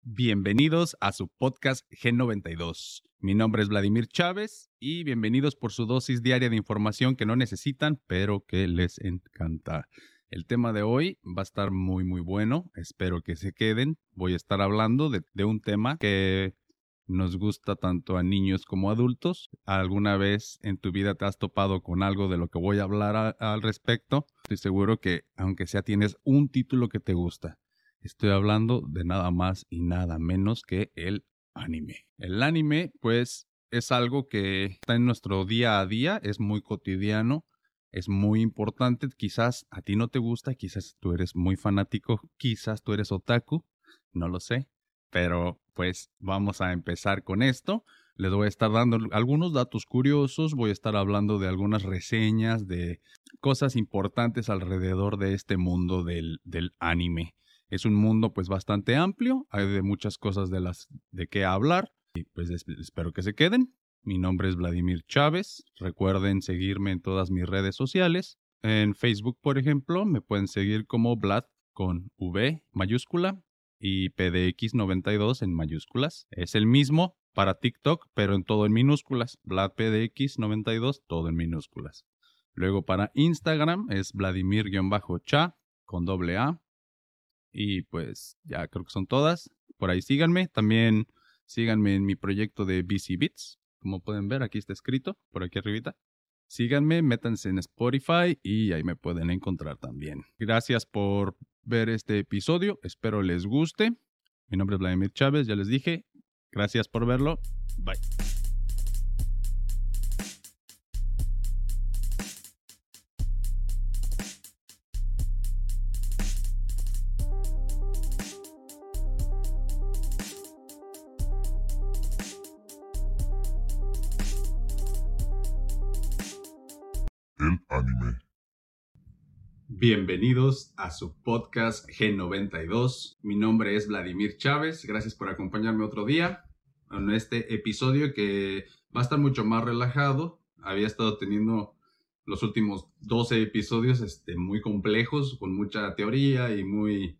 Bienvenidos a su podcast G92. Mi nombre es Vladimir Chávez y bienvenidos por su dosis diaria de información que no necesitan, pero que les encanta. El tema de hoy va a estar muy bueno, espero que se queden. Voy a estar hablando de un tema que nos gusta tanto a niños como a adultos. ¿Alguna vez en tu vida te has topado con algo de lo que voy a hablar al respecto? Estoy seguro que, aunque sea, tienes un título que te gusta. Estoy hablando de nada más y nada menos que el anime. El anime, pues, es algo que está en nuestro día a día, es muy cotidiano, es muy importante. Quizás a ti no te gusta, quizás tú eres muy fanático, quizás tú eres otaku, no lo sé. Pero, pues, vamos a empezar con esto. Les voy a estar dando algunos datos curiosos, voy a estar hablando de algunas reseñas, de cosas importantes alrededor de este mundo del anime. Es un mundo pues bastante amplio, hay de muchas cosas de qué hablar y pues espero que se queden. Mi nombre es Vladimir Chávez, recuerden seguirme en todas mis redes sociales. En Facebook, por ejemplo, me pueden seguir como Vlad con V mayúscula y PDX92 en mayúsculas. Es el mismo para TikTok, pero en todo en minúsculas. Vlad PDX92, todo en minúsculas. Luego para Instagram es Vladimir-cha con doble A. Y pues ya creo que son todas. Por ahí síganme. También síganme en mi proyecto de BC Beats. Como pueden ver, aquí está escrito, por aquí arribita. Síganme, métanse en Spotify y ahí me pueden encontrar también. Gracias por ver este episodio. Espero les guste. Mi nombre es Vladimir Chávez, ya les dije. Gracias por verlo. Bye. El anime. Bienvenidos a su podcast G92. Mi nombre es Vladimir Chávez. Gracias por acompañarme otro día en este episodio que va a estar mucho más relajado. Había estado teniendo los últimos 12 episodios muy complejos, con mucha teoría y muy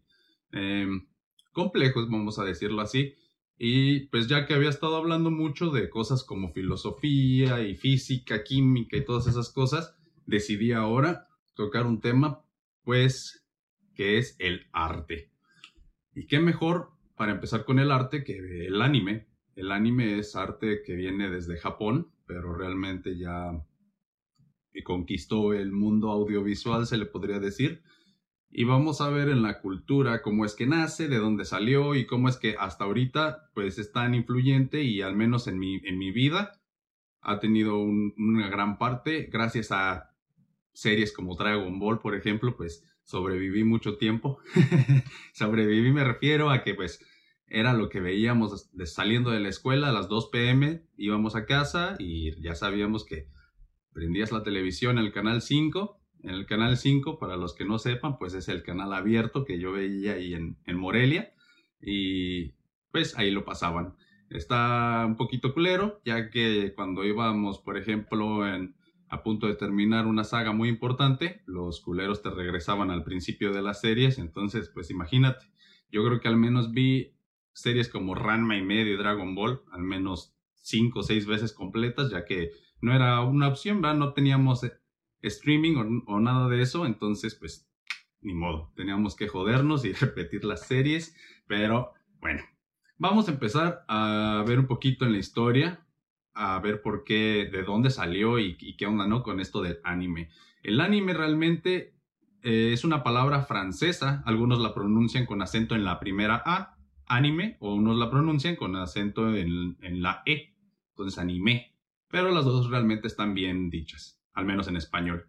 complejos, vamos a decirlo así. Y pues ya que había estado hablando mucho de cosas como filosofía y física, química y todas esas cosas, decidí ahora tocar un tema, pues, que es el arte. Y qué mejor para empezar con el arte que el anime. El anime es arte que viene desde Japón, pero realmente ya conquistó el mundo audiovisual, se le podría decir. Y vamos a ver en la cultura cómo es que nace, de dónde salió y cómo es que hasta ahorita pues es tan influyente y al menos en mi vida ha tenido una gran parte gracias a series como Dragon Ball, por ejemplo, pues sobreviví mucho tiempo. Sobreviví, me refiero a que pues era lo que veíamos saliendo de la escuela a las 2 p.m. Íbamos a casa y ya sabíamos que prendías la televisión en el canal 5. En el canal 5, para los que no sepan, pues es el canal abierto que yo veía ahí en Morelia. Y pues ahí lo pasaban. Está un poquito culero, ya que cuando íbamos, por ejemplo, a punto de terminar una saga muy importante, los culeros te regresaban al principio de las series. Entonces, pues imagínate, yo creo que al menos vi series como Ranma y medio y Dragon Ball, al menos 5 o 6 veces completas, ya que no era una opción, ¿verdad? No teníamos streaming o nada de eso, entonces pues ni modo, teníamos que jodernos y repetir las series, pero bueno, vamos a empezar a ver un poquito en la historia, a ver por qué, de dónde salió y qué onda, ¿no? Con esto del anime. El anime realmente es una palabra francesa, algunos la pronuncian con acento en la primera A, anime, o unos la pronuncian con acento en la E, entonces anime. Pero las dos realmente están bien dichas, al menos en español.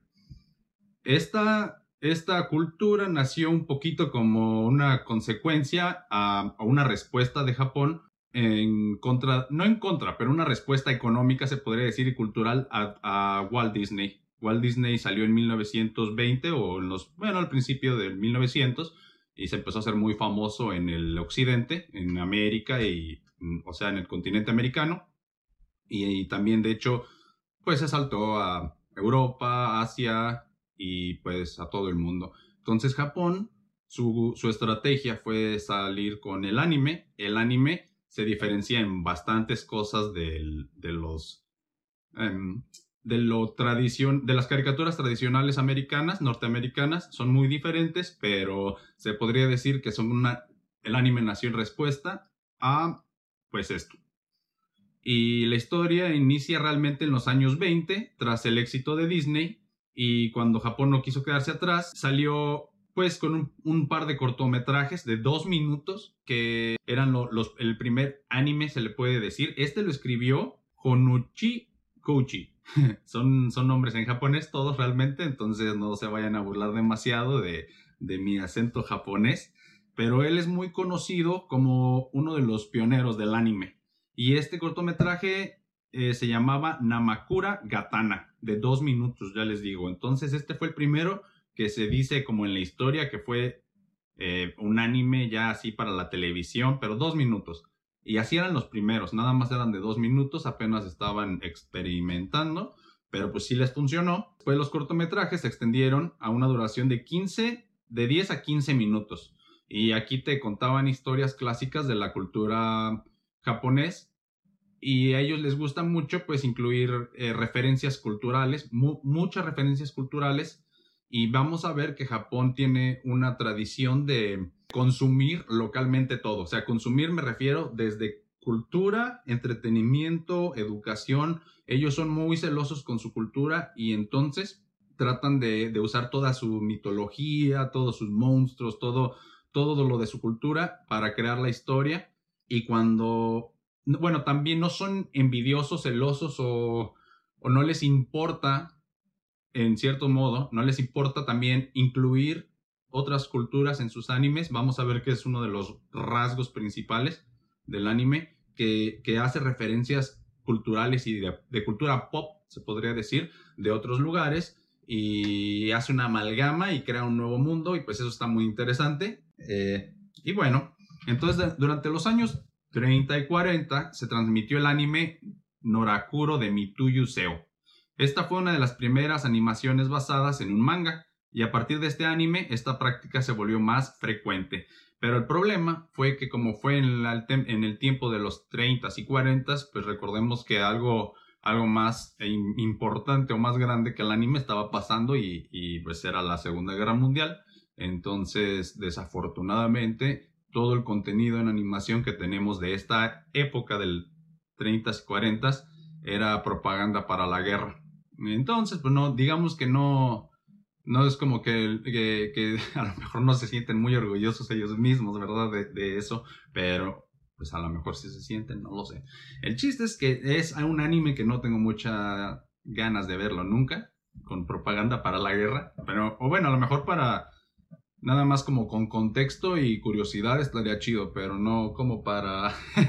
Esta cultura nació un poquito como una consecuencia a una respuesta de Japón en contra, no en contra, pero una respuesta económica, se podría decir, y cultural a Walt Disney. Walt Disney salió en 1920 o al principio del 1900 y se empezó a hacer muy famoso en el occidente, en América o sea, en el continente americano. Y también, de hecho, pues se saltó a Europa, Asia y pues a todo el mundo. Entonces Japón su estrategia fue salir con el anime. El anime se diferencia en bastantes cosas de las caricaturas tradicionales americanas, norteamericanas. Son muy diferentes, pero se podría decir que el anime nació en respuesta a, pues, esto. Y la historia inicia realmente en los años 20, tras el éxito de Disney, y cuando Japón no quiso quedarse atrás, salió pues con un par de cortometrajes de 2 minutos, que eran el primer anime, se le puede decir. Este lo escribió Konichi Kouchi. son nombres en japonés todos realmente, entonces no se vayan a burlar demasiado de mi acento japonés. Pero él es muy conocido como uno de los pioneros del anime. Y este cortometraje se llamaba Namakura Gatana, de 2 minutos, ya les digo. Entonces este fue el primero que se dice como en la historia que fue un anime ya así para la televisión, pero 2 minutos. Y así eran los primeros, nada más eran de 2 minutos, apenas estaban experimentando, pero pues sí les funcionó. Después los cortometrajes se extendieron a una duración de 10 a 15 minutos. Y aquí te contaban historias clásicas de la cultura japonés, y a ellos les gusta mucho pues incluir referencias culturales, muchas referencias culturales, y vamos a ver que Japón tiene una tradición de consumir localmente todo. O sea, consumir me refiero desde cultura, entretenimiento, educación. Ellos son muy celosos con su cultura y entonces tratan de usar toda su mitología, todos sus monstruos, todo lo de su cultura para crear la historia. Y bueno, también no son envidiosos, celosos o no les importa, en cierto modo, no les importa también incluir otras culturas en sus animes. Vamos a ver que es uno de los rasgos principales del anime, que hace referencias culturales y de cultura pop, se podría decir, de otros lugares, y hace una amalgama y crea un nuevo mundo, y pues eso está muy interesante. Y bueno, entonces durante los años 30 y 40 se transmitió el anime Norakuro de Mituyu Seo. Esta fue una de las primeras animaciones basadas en un manga, y a partir de este anime esta práctica se volvió más frecuente. Pero el problema fue que como fue en el tiempo de los 30s y 40s, pues recordemos que algo más importante o más grande que el anime estaba pasando, y pues era la Segunda Guerra Mundial. Entonces, desafortunadamente, todo el contenido en animación que tenemos de esta época del 30s y 40s era propaganda para la guerra. Entonces, pues no, digamos que no es como que a lo mejor no se sienten muy orgullosos ellos mismos, ¿verdad? De eso, pero pues a lo mejor sí se sienten, no lo sé. El chiste es que es un anime que no tengo muchas ganas de verlo nunca, con propaganda para la guerra, pero, o bueno, a lo mejor para nada más como con contexto y curiosidad estaría chido, pero no como para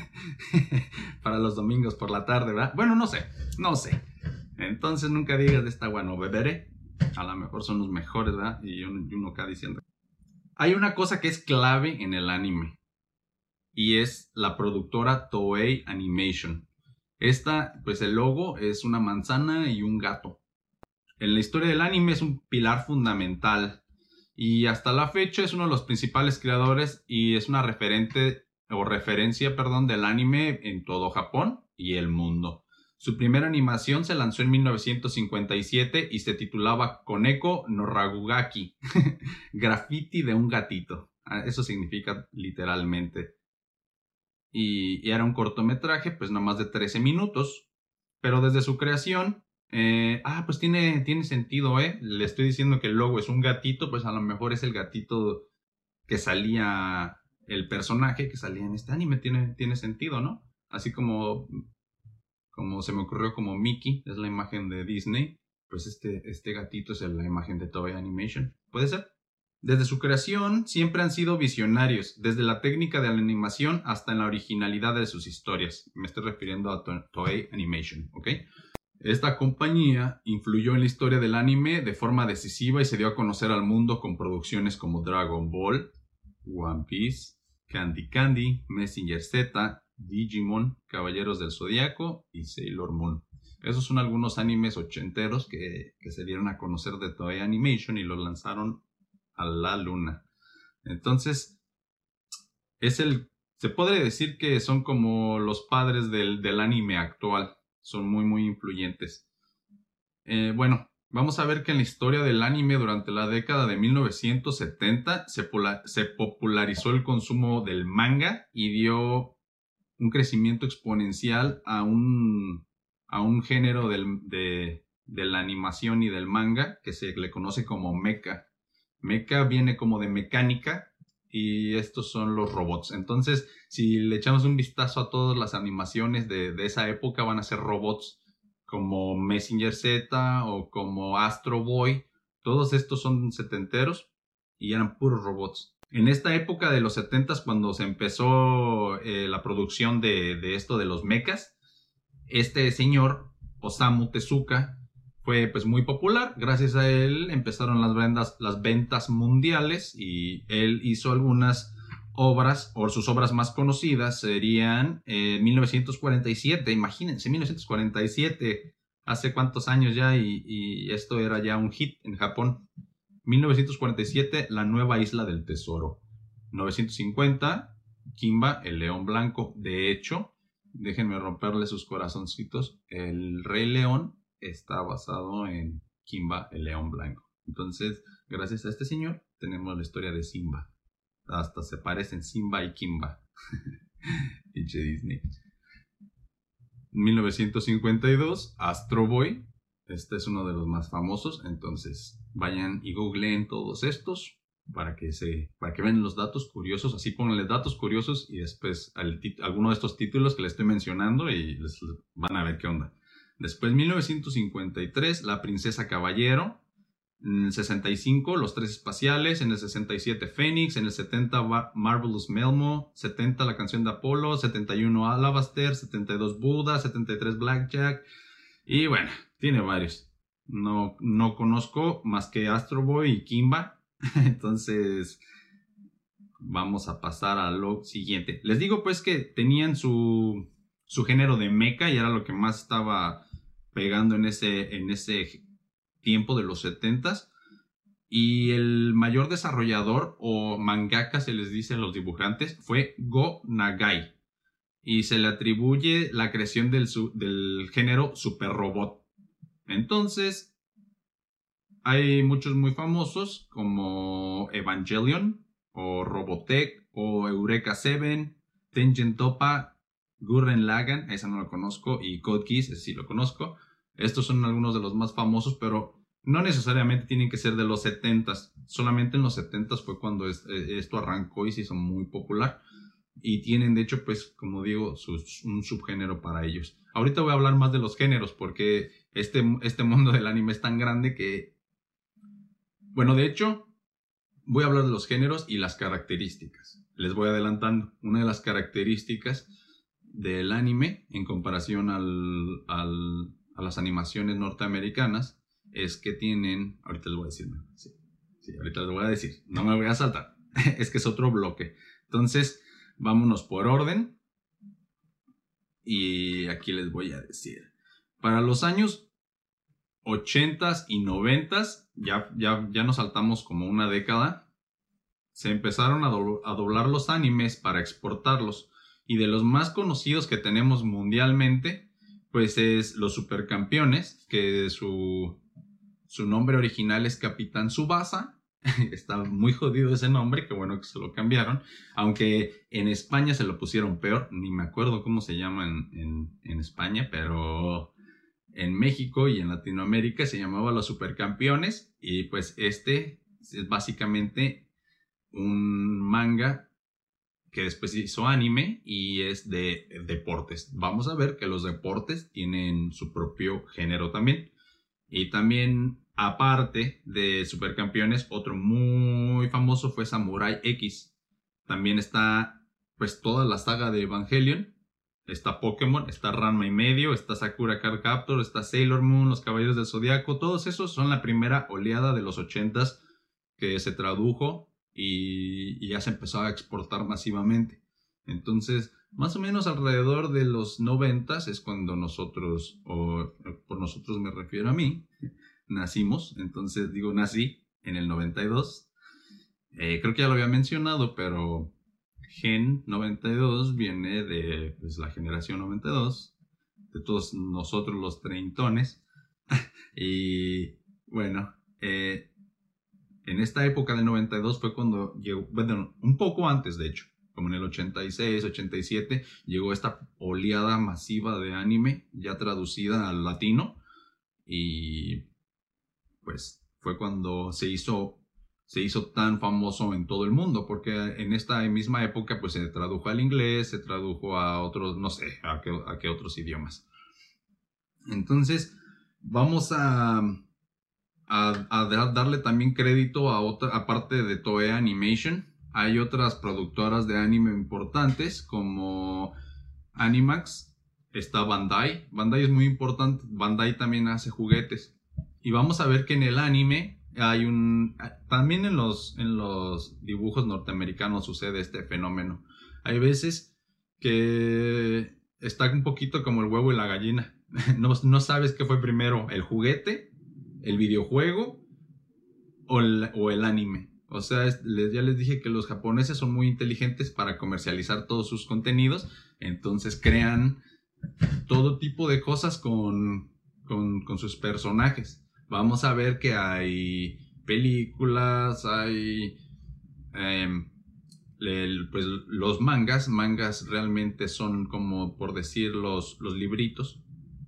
para los domingos por la tarde, ¿verdad? Bueno, no sé. Entonces nunca digas de esta agua no beberé. A lo mejor son los mejores, ¿verdad? Y uno acá diciendo. Hay una cosa que es clave en el anime, y es la productora Toei Animation. Pues el logo es una manzana y un gato. En la historia del anime es un pilar fundamental, y hasta la fecha es uno de los principales creadores y es una referencia del anime en todo Japón y el mundo. Su primera animación se lanzó en 1957 y se titulaba Koneko no Ragugaki, graffiti de un gatito. Eso significa literalmente. Y era un cortometraje, pues no más de 13 minutos, pero desde su creación pues tiene sentido, Le estoy diciendo que el logo es un gatito, pues a lo mejor es el gatito que salía, el personaje que salía en este anime, tiene sentido, ¿no? Así como se me ocurrió como Mickey es la imagen de Disney, pues este gatito es la imagen de Toei Animation. ¿Puede ser? Desde su creación siempre han sido visionarios, desde la técnica de la animación hasta en la originalidad de sus historias. Me estoy refiriendo a Toei Animation, ¿ok? Esta compañía influyó en la historia del anime de forma decisiva y se dio a conocer al mundo con producciones como Dragon Ball, One Piece, Candy Candy, Messenger Z, Digimon, Caballeros del Zodiaco y Sailor Moon. Esos son algunos animes ochenteros que se dieron a conocer de Toei Animation y los lanzaron a la luna. Entonces, se puede decir que son como los padres del anime actual. Son muy, muy influyentes. Bueno, vamos a ver que en la historia del anime durante la década de 1970 se popularizó el consumo del manga y dio un crecimiento exponencial a un género de la animación y del manga que se le conoce como mecha. Mecha viene como de mecánica y estos son los robots. Entonces, si le echamos un vistazo a todas las animaciones de esa época, van a ser robots como Messenger Z o como Astro Boy. Todos estos son setenteros y eran puros robots. En esta época de los 70s, cuando se empezó la producción de esto de los mechas, este señor, Osamu Tezuka, fue pues muy popular. Gracias a él empezaron las ventas mundiales y él hizo algunas obras, o sus obras más conocidas serían 1947, imagínense, 1947, hace cuántos años ya, y esto era ya un hit en Japón. 1947, La Nueva Isla del Tesoro. 950, Kimba, el León Blanco. De hecho, déjenme romperle sus corazoncitos, el Rey León está basado en Kimba, el León Blanco. Entonces, gracias a este señor, tenemos la historia de Simba. Hasta se parecen Simba y Kimba. Pinche Disney. 1952, Astro Boy. Este es uno de los más famosos. Entonces, vayan y googleen todos estos para que vean los datos curiosos. Así pónganle datos curiosos y después alguno de estos títulos que les estoy mencionando y les van a ver qué onda. Después, 1953, La Princesa Caballero. En el 65, Los Tres Espaciales. En el 67, Fénix. En el 70, Marvelous Melmo. 70, La Canción de Apolo. 71, Alabaster. 72, Buda. 73, Blackjack. Y bueno, tiene varios. No conozco más que Astro Boy y Kimba. Entonces, vamos a pasar a lo siguiente. Les digo pues que tenían su género de mecha y era lo que más estaba pegando en ese tiempo de los 70s. Y el mayor desarrollador o mangaka, se les dice a los dibujantes, fue Go Nagai. Y se le atribuye la creación del género Super Robot. Entonces, hay muchos muy famosos como Evangelion, o Robotech, o Eureka 7, Tengen Toppa, Gurren Lagann, esa no lo conozco, y Code Geass, ese sí lo conozco. Estos son algunos de los más famosos, pero no necesariamente tienen que ser de los 70s. Solamente en los 70s fue cuando esto arrancó y se hizo muy popular. Y tienen, de hecho, pues, como digo, un subgénero para ellos. Ahorita voy a hablar más de los géneros porque este mundo del anime es tan grande que... Bueno, de hecho, voy a hablar de los géneros y las características. Les voy adelantando. Una de las características del anime en comparación a las animaciones norteamericanas es que tienen... Ahorita les voy a decir. Sí, ahorita les voy a decir. No me voy a saltar. Es que es otro bloque. Entonces... vámonos por orden. Y aquí les voy a decir. Para los años 80s y 90s, ya nos saltamos como una década, se empezaron a doblar los animes para exportarlos. Y de los más conocidos que tenemos mundialmente, pues es Los Supercampeones, que su nombre original es Capitán Tsubasa. Está muy jodido ese nombre, que bueno que se lo cambiaron. Aunque en España se lo pusieron peor. Ni me acuerdo cómo se llama en España, pero en México y en Latinoamérica se llamaba Los Supercampeones. Y pues este es básicamente un manga que después se hizo anime y es de deportes. Vamos a ver que los deportes tienen su propio género también. Y también, aparte de Supercampeones, otro muy famoso fue Samurai X. También está pues toda la saga de Evangelion. Está Pokémon, está Ranma y medio, está Sakura Card Captor, está Sailor Moon, Los Caballeros del Zodiaco. Todos esos son la primera oleada de los 80s que se tradujo y ya se empezó a exportar masivamente. Entonces, más o menos alrededor de los 90s es cuando nosotros, o por nosotros me refiero a mí, nacimos. Entonces digo nací en el 92. Creo que ya lo había mencionado, pero Gen 92 viene de pues, la generación 92, de todos nosotros los treintones. Y bueno, en esta época del 92 fue cuando llegó, bueno, un poco antes de hecho, como en el 86, 87, llegó esta oleada masiva de anime ya traducida al latino y pues fue cuando se hizo tan famoso en todo el mundo, porque en esta misma época pues se tradujo al inglés, se tradujo a otros, no sé, a qué otros idiomas. Entonces, vamos a darle también crédito a otra, aparte de Toei Animation, hay otras productoras de anime importantes como Animax, está Bandai. Bandai es muy importante, Bandai también hace juguetes. Y vamos a ver que en el anime hay también en los dibujos norteamericanos sucede este fenómeno. Hay veces que está un poquito como el huevo y la gallina. No sabes qué fue primero, el juguete, el videojuego o el anime. O sea, ya les dije que los japoneses son muy inteligentes para comercializar todos sus contenidos. Entonces crean todo tipo de cosas con sus personajes. Vamos a ver que hay películas, hay pues los mangas realmente son como por decir los libritos.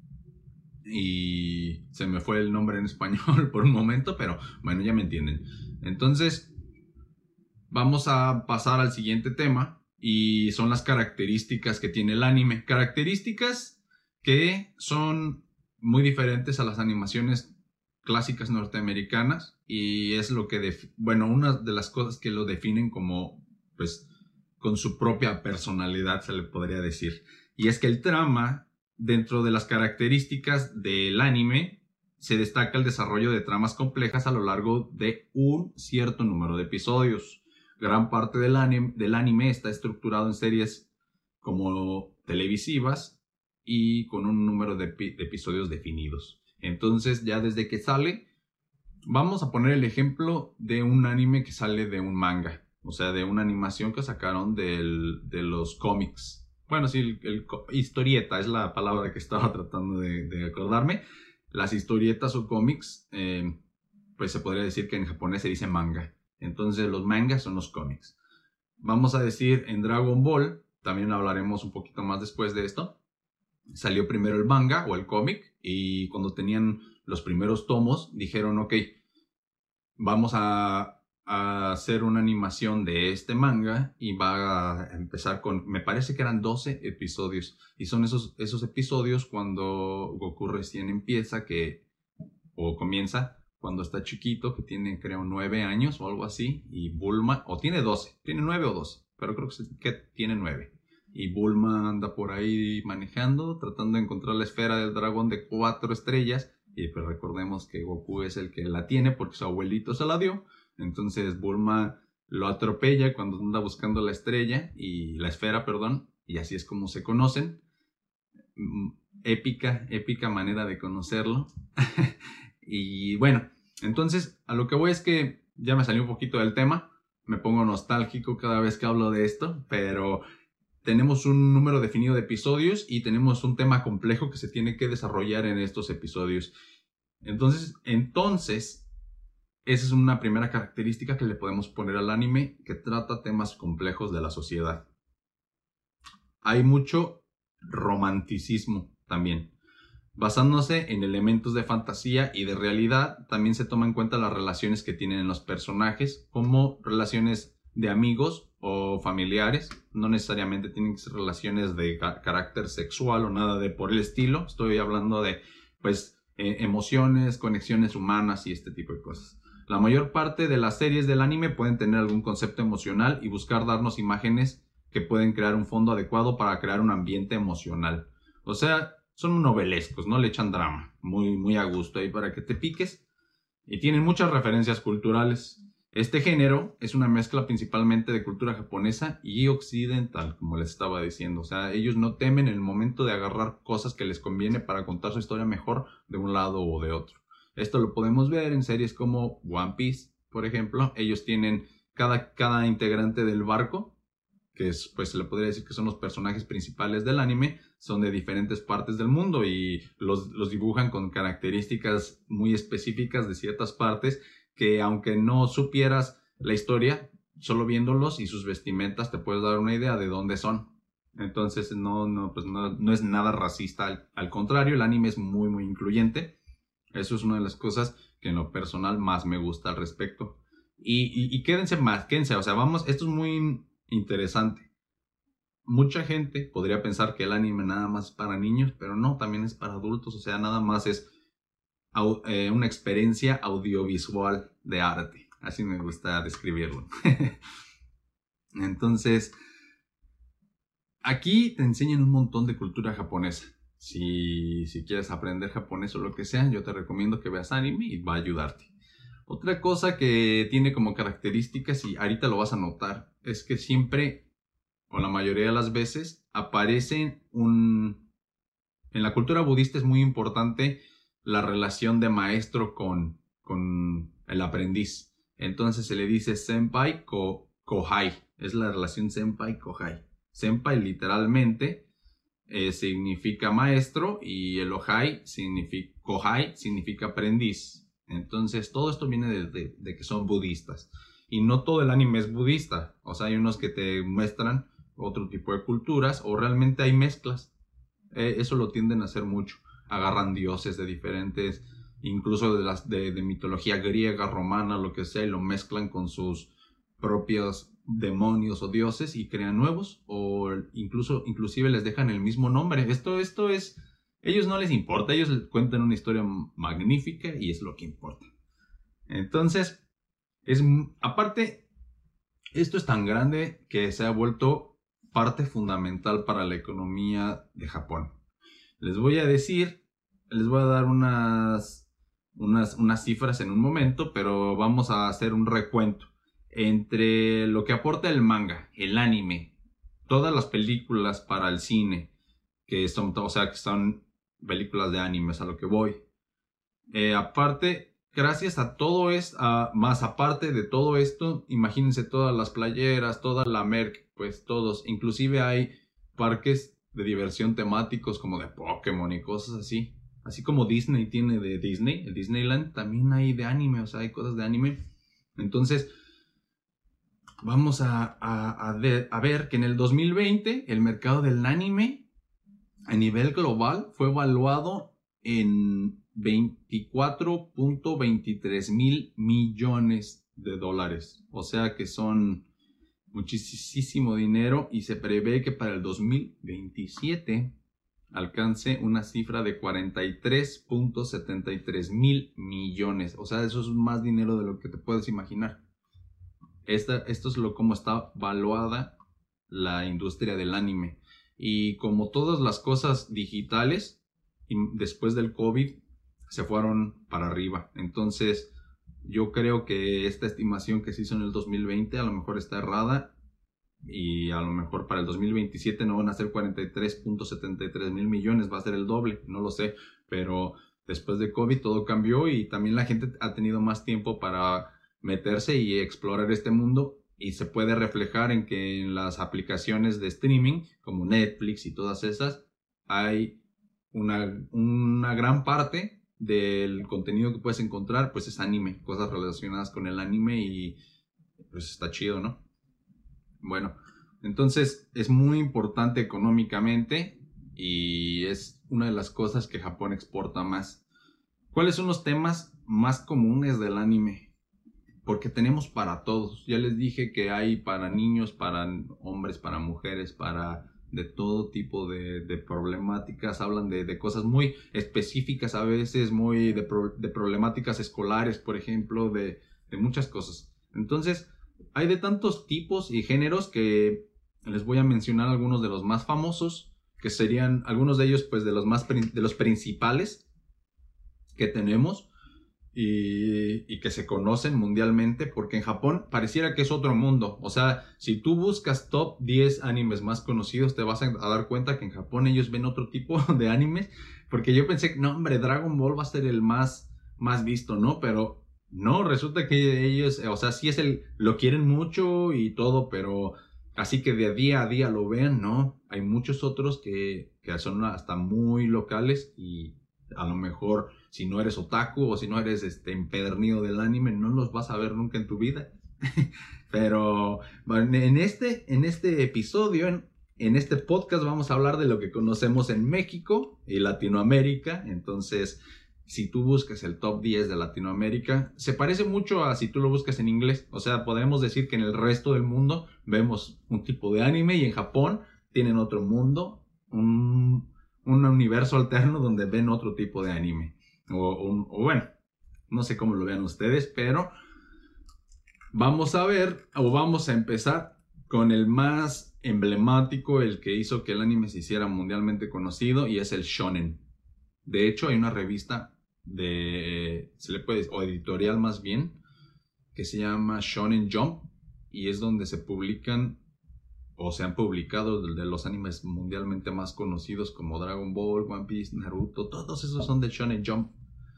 Y se me fue el nombre en español por un momento, pero bueno, ya me entienden. Entonces, vamos a pasar al siguiente tema y son las características que tiene el anime. Características que son muy diferentes a las animaciones clásicas norteamericanas y es lo que, una de las cosas que lo definen como, pues, con su propia personalidad, se le podría decir. Y es que el trama, dentro de las características del anime, se destaca el desarrollo de tramas complejas a lo largo de un cierto número de episodios. Gran parte del anime está estructurado en series como televisivas y con un número de episodios definidos. Entonces, ya desde que sale, vamos a poner el ejemplo de un anime que sale de un manga, o sea, de una animación que sacaron de los cómics. Bueno, sí, historieta es la palabra que estaba tratando de acordarme. Las historietas o cómics, pues se podría decir que en japonés se dice manga. Entonces los mangas son los cómics. Vamos a decir en Dragon Ball, también hablaremos un poquito más después de esto. Salió primero el manga o el cómic y cuando tenían los primeros tomos dijeron, ok, vamos a hacer una animación de este manga y va a empezar con, me parece que eran 12 episodios y son esos episodios cuando Goku recién empieza comienza cuando está chiquito, que tiene creo 9 años o algo así, y Bulma, o tiene 12, tiene 9 o 12, pero creo que tiene 9. Y Bulma anda por ahí manejando, tratando de encontrar la esfera del dragón de 4 estrellas. Y pues recordemos que Goku es el que la tiene porque su abuelito se la dio. Entonces Bulma lo atropella cuando anda buscando la esfera, perdón. Y así es como se conocen. Épica manera de conocerlo. Y bueno, entonces a lo que voy es que ya me salió un poquito del tema. Me pongo nostálgico cada vez que hablo de esto, pero tenemos un número definido de episodios y tenemos un tema complejo que se tiene que desarrollar en estos episodios. Entonces, esa es una primera característica que le podemos poner al anime, que trata temas complejos de la sociedad. Hay mucho romanticismo también. Basándose en elementos de fantasía y de realidad, también se toma en cuenta las relaciones que tienen los personajes, como relaciones de amigos o familiares. No necesariamente tienen que ser relaciones de carácter sexual o nada de por el estilo. Estoy hablando de, pues, emociones, conexiones humanas y este tipo de cosas. La mayor parte de las series del anime pueden tener algún concepto emocional y buscar darnos imágenes que pueden crear un fondo adecuado para crear un ambiente emocional. O sea, son novelescos, ¿no? Le echan drama, muy a gusto ahí para que te piques. Y tienen muchas referencias culturales. Este género es una mezcla principalmente de cultura japonesa y occidental, como les estaba diciendo. O sea, ellos no temen el momento de agarrar cosas que les conviene para contar su historia mejor de un lado o de otro. Esto lo podemos ver en series como One Piece, por ejemplo. Ellos tienen cada integrante del barco, que es, pues se le podría decir que son los personajes principales del anime, son de diferentes partes del mundo y los dibujan con características muy específicas de ciertas partes que aunque no supieras la historia, solo viéndolos y sus vestimentas te puedes dar una idea de dónde son. Entonces no es nada racista, al contrario, el anime es muy muy incluyente. Eso es una de las cosas que en lo personal más me gusta al respecto. Y quédense, o sea, vamos, esto es muy interesante. Mucha gente podría pensar que el anime nada más es para niños, pero no, también es para adultos, o sea, nada más es una experiencia audiovisual de arte. Así me gusta describirlo. Entonces, aquí te enseñan un montón de cultura japonesa. Si quieres aprender japonés o lo que sea, yo te recomiendo que veas anime y va a ayudarte. Otra cosa que tiene como características, y ahorita lo vas a notar, es que siempre, o la mayoría de las veces, aparece en la cultura budista es muy importante la relación de maestro con el aprendiz. Entonces se le dice senpai kohai. Es la relación senpai-kohai. Senpai literalmente significa maestro y el kohai significa aprendiz. Entonces todo esto viene de que son budistas. Y no todo el anime es budista. O sea, hay unos que te muestran otro tipo de culturas o realmente hay mezclas. Eso lo tienden a hacer mucho. Agarran dioses de diferentes, incluso de mitología griega, romana, lo que sea, y lo mezclan con sus propios demonios o dioses y crean nuevos, o inclusive les dejan el mismo nombre. Esto es, ellos no les importa, ellos cuentan una historia magnífica y es lo que importa. Entonces, aparte, esto es tan grande que se ha vuelto parte fundamental para la economía de Japón. Les voy a dar unas cifras en un momento, pero vamos a hacer un recuento entre lo que aporta el manga, el anime, todas las películas para el cine, que son películas de anime, es a lo que voy. Aparte, gracias a todo esto, más aparte de todo esto, imagínense todas las playeras, toda la merch, pues todos, inclusive hay parques de diversión temáticos como de Pokémon y cosas así. Así como Disney tiene de Disney, el Disneyland, también hay de anime, o sea, hay cosas de anime. Entonces, vamos a ver que en el 2020 el mercado del anime a nivel global fue evaluado en 24.23 mil millones de dólares. O sea que son muchísimo dinero y se prevé que para el 2027 alcance una cifra de 43.73 mil millones. O sea, eso es más dinero de lo que te puedes imaginar. Esto es cómo está valuada la industria del anime. Y como todas las cosas digitales, después del COVID se fueron para arriba. Entonces, yo creo que esta estimación que se hizo en el 2020 a lo mejor está errada y a lo mejor para el 2027 no van a ser 43.73 mil millones, va a ser el doble, no lo sé, pero después de COVID todo cambió y también la gente ha tenido más tiempo para meterse y explorar este mundo y se puede reflejar en que en las aplicaciones de streaming como Netflix y todas esas hay una gran parte del contenido que puedes encontrar pues es anime, cosas relacionadas con el anime y pues está chido, ¿no? Bueno, entonces es muy importante económicamente y es una de las cosas que Japón exporta más. ¿Cuáles son los temas más comunes del anime? Porque tenemos para todos. Ya les dije que hay para niños, para hombres, para mujeres, para de todo tipo de problemáticas. Hablan de cosas muy específicas a veces, muy de problemáticas escolares, por ejemplo, de muchas cosas. Entonces, hay de tantos tipos y géneros que les voy a mencionar algunos de los más famosos, que serían algunos de ellos, pues, de los principales que tenemos y que se conocen mundialmente, porque en Japón pareciera que es otro mundo. O sea, si tú buscas top 10 animes más conocidos, te vas a dar cuenta que en Japón ellos ven otro tipo de animes, porque yo pensé, no hombre, Dragon Ball va a ser el más visto, ¿no? Pero No, resulta que ellos, o sea, sí lo quieren mucho y todo, pero así que de día a día lo vean, no. Hay muchos otros que son hasta muy locales y a lo mejor si no eres otaku o si no eres empedernido del anime, no los vas a ver nunca en tu vida. Pero bueno, en este episodio, en este podcast vamos a hablar de lo que conocemos en México y Latinoamérica. Entonces, si tú buscas el top 10 de Latinoamérica, se parece mucho a si tú lo buscas en inglés. O sea, podemos decir que en el resto del mundo vemos un tipo de anime y en Japón tienen otro mundo, un universo alterno donde ven otro tipo de anime. O bueno, no sé cómo lo vean ustedes, pero vamos a ver o vamos a empezar con el más emblemático, el que hizo que el anime se hiciera mundialmente conocido, y es el shonen. De hecho, hay una revista se le puede, o editorial más bien, que se llama Shonen Jump, y es donde se publican o se han publicado de los animes mundialmente más conocidos como Dragon Ball, One Piece, Naruto, todos esos son de Shonen Jump.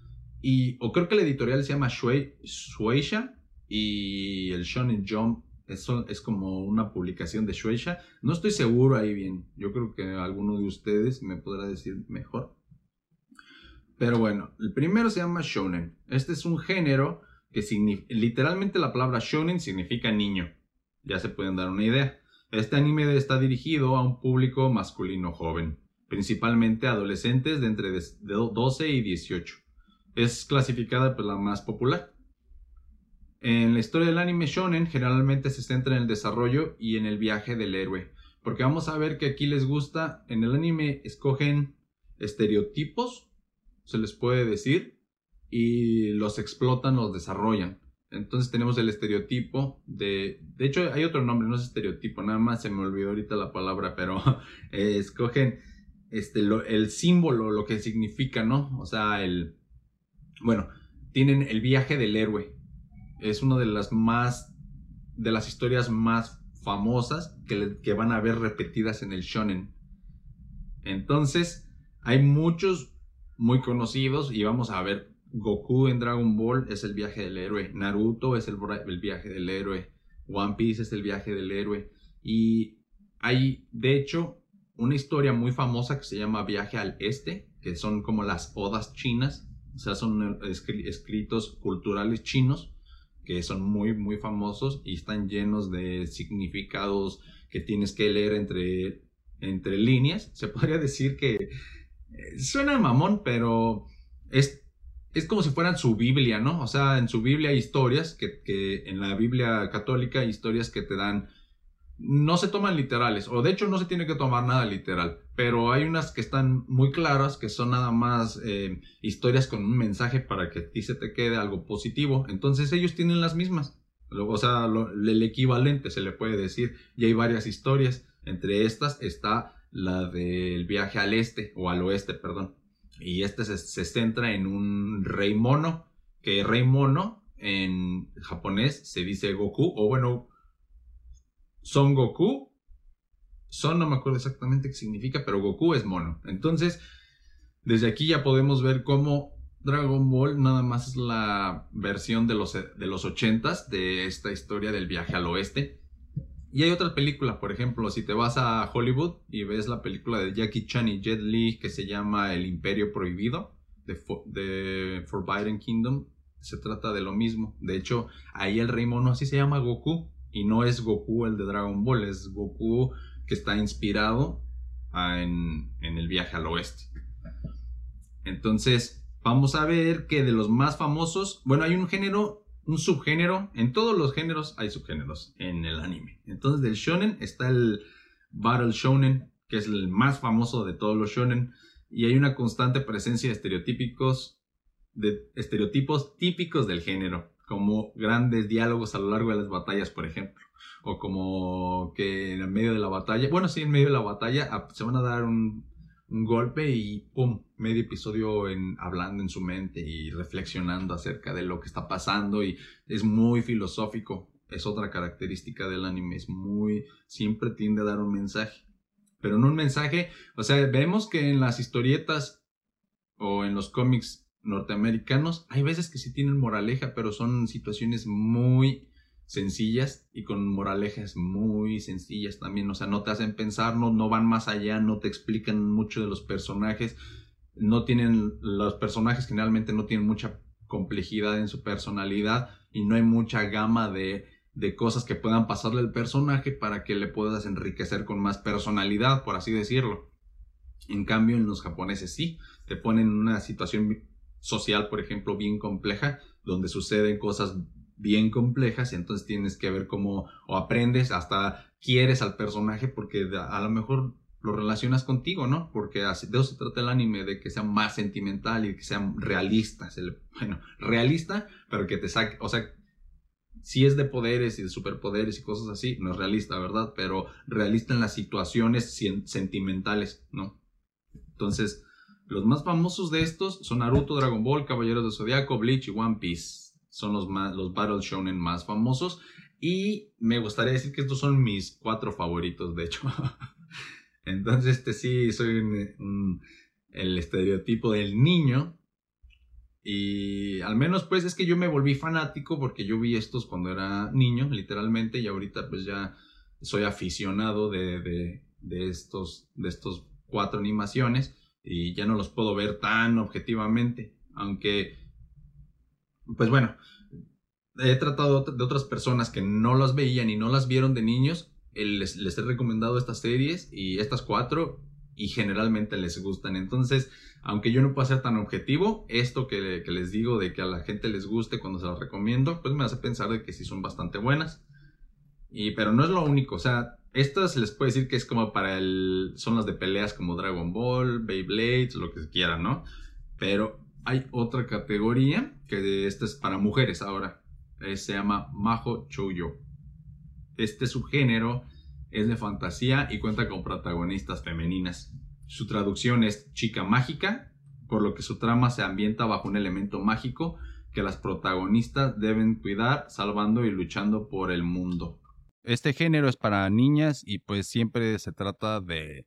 O creo que la editorial se llama Shueisha, y el Shonen Jump es como una publicación de Shueisha. No estoy seguro ahí bien, yo creo que alguno de ustedes me podrá decir mejor. Pero bueno, el primero se llama Shonen. Este es un género que literalmente la palabra Shonen significa niño. Ya se pueden dar una idea. Este anime está dirigido a un público masculino joven, principalmente adolescentes de entre 12 y 18. Es clasificada por la más popular. En la historia del anime shonen generalmente se centra en el desarrollo y en el viaje del héroe, porque vamos a ver que aquí les gusta, en el anime escogen estereotipos, se les puede decir, y los explotan, los desarrollan. Entonces tenemos el estereotipo de hecho hay otro nombre, no es estereotipo, nada más se me olvidó ahorita la palabra, pero escogen el símbolo, lo que significa, ¿no? O sea, bueno, tienen el viaje del héroe. Es una de las historias más famosas que van a ver repetidas en el shonen. Entonces, hay muchos muy conocidos y vamos a ver. Goku en Dragon Ball es el viaje del héroe. Naruto es el viaje del héroe. One Piece es el viaje del héroe. Y hay, de hecho, una historia muy famosa que se llama Viaje al Este, que son como las odas chinas. O sea, son escritos culturales chinos que son muy, muy famosos y están llenos de significados que tienes que leer entre líneas. Se podría decir que suena mamón, pero es como si fueran su Biblia, ¿no? O sea, en su Biblia hay historias que en la Biblia católica hay historias que te dan, no se toman literales, o de hecho no se tiene que tomar nada literal, pero hay unas que están muy claras, que son nada más historias con un mensaje para que a ti se te quede algo positivo. Entonces ellos tienen las mismas, o sea, el equivalente se le puede decir, y hay varias historias. Entre estas está la del viaje al este, o al oeste, perdón, y se centra en un rey mono, que rey mono en japonés se dice Goku, o bueno, Son Goku. Son, no me acuerdo exactamente qué significa, pero Goku es mono. Entonces, desde aquí ya podemos ver cómo Dragon Ball nada más es la versión de los 80s de esta historia del viaje al oeste. Y hay otra película, por ejemplo, si te vas a Hollywood y ves la película de Jackie Chan y Jet Li que se llama El Imperio Prohibido, de Forbidden Kingdom, se trata de lo mismo. De hecho, ahí el rey mono así se llama Goku, y no es Goku el de Dragon Ball, es Goku que está inspirado en el viaje al oeste. Entonces, vamos a ver que de los más famosos, bueno, hay un subgénero, en todos los géneros hay subgéneros en el anime. Entonces, del shonen está el Battle Shonen, que es el más famoso de todos los shonen, y hay una constante presencia de estereotipos típicos del género, como grandes diálogos a lo largo de las batallas, por ejemplo, o como que en medio de la batalla, bueno, sí, en medio de la batalla se van a dar un golpe y pum, medio episodio hablando en su mente y reflexionando acerca de lo que está pasando, y es muy filosófico. Es otra característica del anime, siempre tiende a dar un mensaje, pero no un mensaje, o sea, vemos que en las historietas o en los cómics norteamericanos, hay veces que sí tienen moraleja, pero son situaciones muy sencillas y con moralejas muy sencillas también. O sea, no te hacen pensar, no van más allá, no te explican mucho de los personajes. Los personajes generalmente no tienen mucha complejidad en su personalidad y no hay mucha gama de cosas que puedan pasarle al personaje para que le puedas enriquecer con más personalidad, por así decirlo. En cambio, en los japoneses sí, te ponen en una situación social, por ejemplo, bien compleja, donde suceden cosas bien complejas y entonces tienes que ver cómo o aprendes, hasta quieres al personaje porque a lo mejor lo relacionas contigo, ¿no? Porque de eso se trata el anime, de que sea más sentimental y que sea realista. Bueno, realista, pero que te saque, o sea, si es de poderes y de superpoderes y cosas así, no es realista, ¿verdad? Pero realista en las situaciones sentimentales, ¿no? Entonces, los más famosos de estos son Naruto, Dragon Ball, Caballeros del Zodiaco, Bleach y One Piece. Son los Battle Shonen más famosos. Y me gustaría decir que estos son mis 4 favoritos, de hecho. Entonces, sí, soy el estereotipo del niño. Y al menos, pues, es que yo me volví fanático porque yo vi estos cuando era niño, literalmente. Y ahorita, pues, ya soy aficionado de estos 4 animaciones. Y ya no los puedo ver tan objetivamente. Aunque, pues bueno, he tratado de otras personas que no las veían y no las vieron de niños. Les he recomendado estas series y estas 4 y generalmente les gustan. Entonces, aunque yo no pueda ser tan objetivo, esto que les digo de que a la gente les guste cuando se las recomiendo, pues me hace pensar de que sí son bastante buenas. Pero no es lo único, o sea, estas les puedo decir que es como son las de peleas como Dragon Ball, Beyblade, lo que quieran, ¿no? Pero hay otra categoría que esta es para mujeres ahora. Se llama Majo Shoujo. Este subgénero es de fantasía y cuenta con protagonistas femeninas. Su traducción es chica mágica, por lo que su trama se ambienta bajo un elemento mágico que las protagonistas deben cuidar, salvando y luchando por el mundo. Este género es para niñas y pues siempre se trata de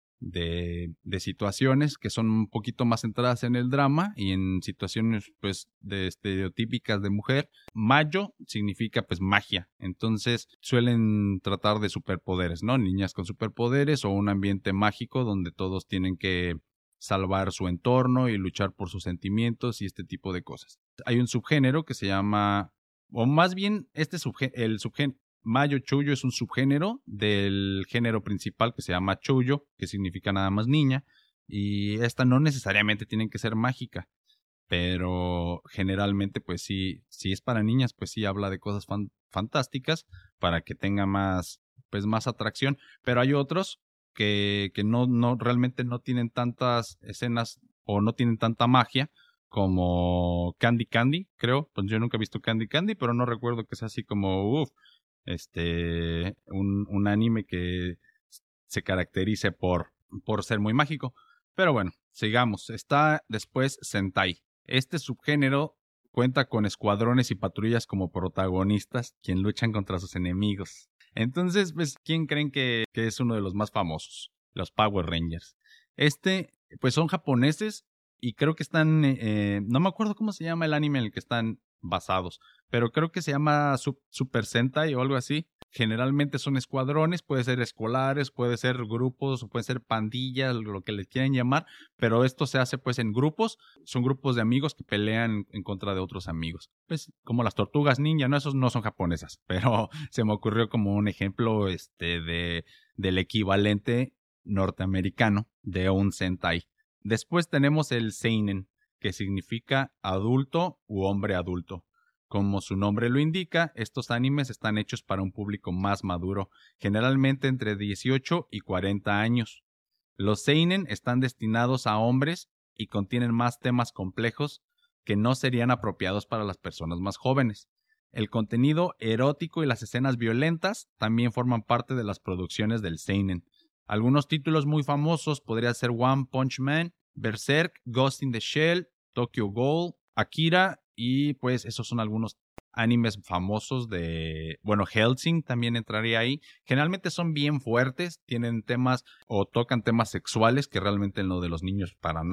situaciones que son un poquito más centradas en el drama y en situaciones pues de estereotípicas de mujer. Mayo significa pues magia, entonces suelen tratar de superpoderes, ¿no? Niñas con superpoderes o un ambiente mágico donde todos tienen que salvar su entorno y luchar por sus sentimientos y este tipo de cosas. Hay un subgénero que se llama, o más bien el subgénero Mayo Shoujo es un subgénero del género principal que se llama Shoujo, que significa nada más niña, y esta no necesariamente tiene que ser mágica, pero generalmente pues sí, si es para niñas, pues sí habla de cosas fantásticas para que tenga más atracción, pero hay otros que no realmente no tienen tantas escenas o no tienen tanta magia, como Candy Candy, creo. Pues yo nunca he visto Candy Candy, pero no recuerdo que sea así como un anime que se caracterice por ser muy mágico. Pero bueno, sigamos. Está después Sentai. Este subgénero cuenta con escuadrones y patrullas como protagonistas, quien luchan contra sus enemigos. Entonces, pues, ¿quién creen que es uno de los más famosos? Los Power Rangers. Pues son japoneses y creo que están, no me acuerdo cómo se llama el anime en el que están basados, pero creo que se llama Super Sentai o algo así. Generalmente son escuadrones, puede ser escolares, puede ser grupos, o puede ser pandillas, lo que les quieran llamar, pero esto se hace pues en grupos, son grupos de amigos que pelean en contra de otros amigos. Pues como las tortugas ninja, no, esos no son japonesas, pero se me ocurrió como un ejemplo del equivalente norteamericano de un Sentai. Después tenemos el Seinen, que significa adulto u hombre adulto. Como su nombre lo indica, estos animes están hechos para un público más maduro, generalmente entre 18 y 40 años. Los seinen están destinados a hombres y contienen más temas complejos que no serían apropiados para las personas más jóvenes. El contenido erótico y las escenas violentas también forman parte de las producciones del seinen. Algunos títulos muy famosos podrían ser One Punch Man, Berserk, Ghost in the Shell, Tokyo Ghoul, Akira, y pues esos son algunos animes famosos Hellsing también entraría ahí. Generalmente son bien fuertes, tienen temas o tocan temas sexuales que realmente en lo de los niños para nada.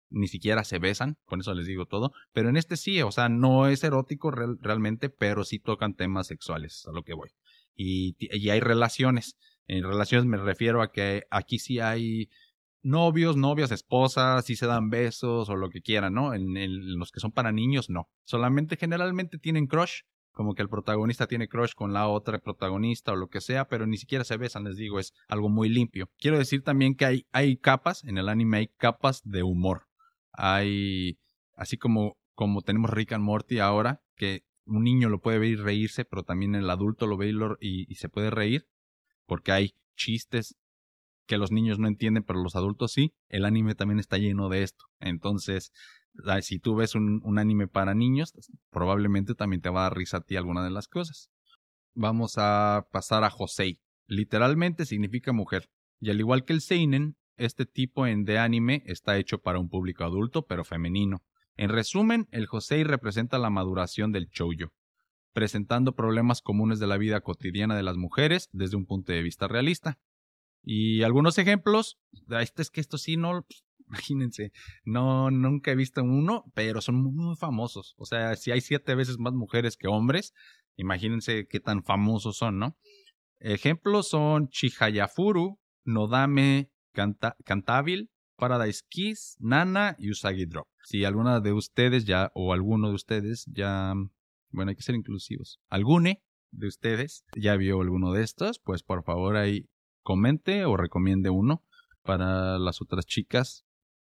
ni siquiera se besan, con eso les digo todo, pero en este sí, o sea, no es erótico realmente, pero sí tocan temas sexuales, a lo que voy. Y hay relaciones. En relaciones me refiero a que aquí sí hay novios, novias, esposas, sí se dan besos o lo que quieran, ¿no? En los que son para niños, no. Solamente generalmente tienen crush, como que el protagonista tiene crush con la otra protagonista o lo que sea, pero ni siquiera se besan, les digo, es algo muy limpio. Quiero decir también que hay capas, en el anime hay capas de humor. Hay, así como tenemos Rick and Morty ahora, que un niño lo puede ver y reírse, pero también el adulto lo ve y se puede reír, porque hay chistes que los niños no entienden, pero los adultos sí. El anime también está lleno de esto. Entonces, si tú ves un anime para niños, probablemente también te va a dar risa a ti alguna de las cosas. Vamos a pasar a Josei. Literalmente significa mujer. Y al igual que el seinen, este tipo de anime está hecho para un público adulto, pero femenino. En resumen, el Josei representa la maduración del shoujo, presentando problemas comunes de la vida cotidiana de las mujeres desde un punto de vista realista. Y algunos ejemplos, es que esto sí no, imagínense, nunca he visto uno, pero son muy famosos. O sea, si hay 7 veces más mujeres que hombres, imagínense qué tan famosos son, ¿no? Ejemplos son Chihayafuru, Nodame Cantabile, Paradise Kiss, Nana y Usagi Drop. Si alguna de ustedes ya, o alguno de ustedes ya, bueno, hay que ser inclusivos, alguno de ustedes ya vio alguno de estos, pues por favor ahí comente o recomiende uno para las otras chicas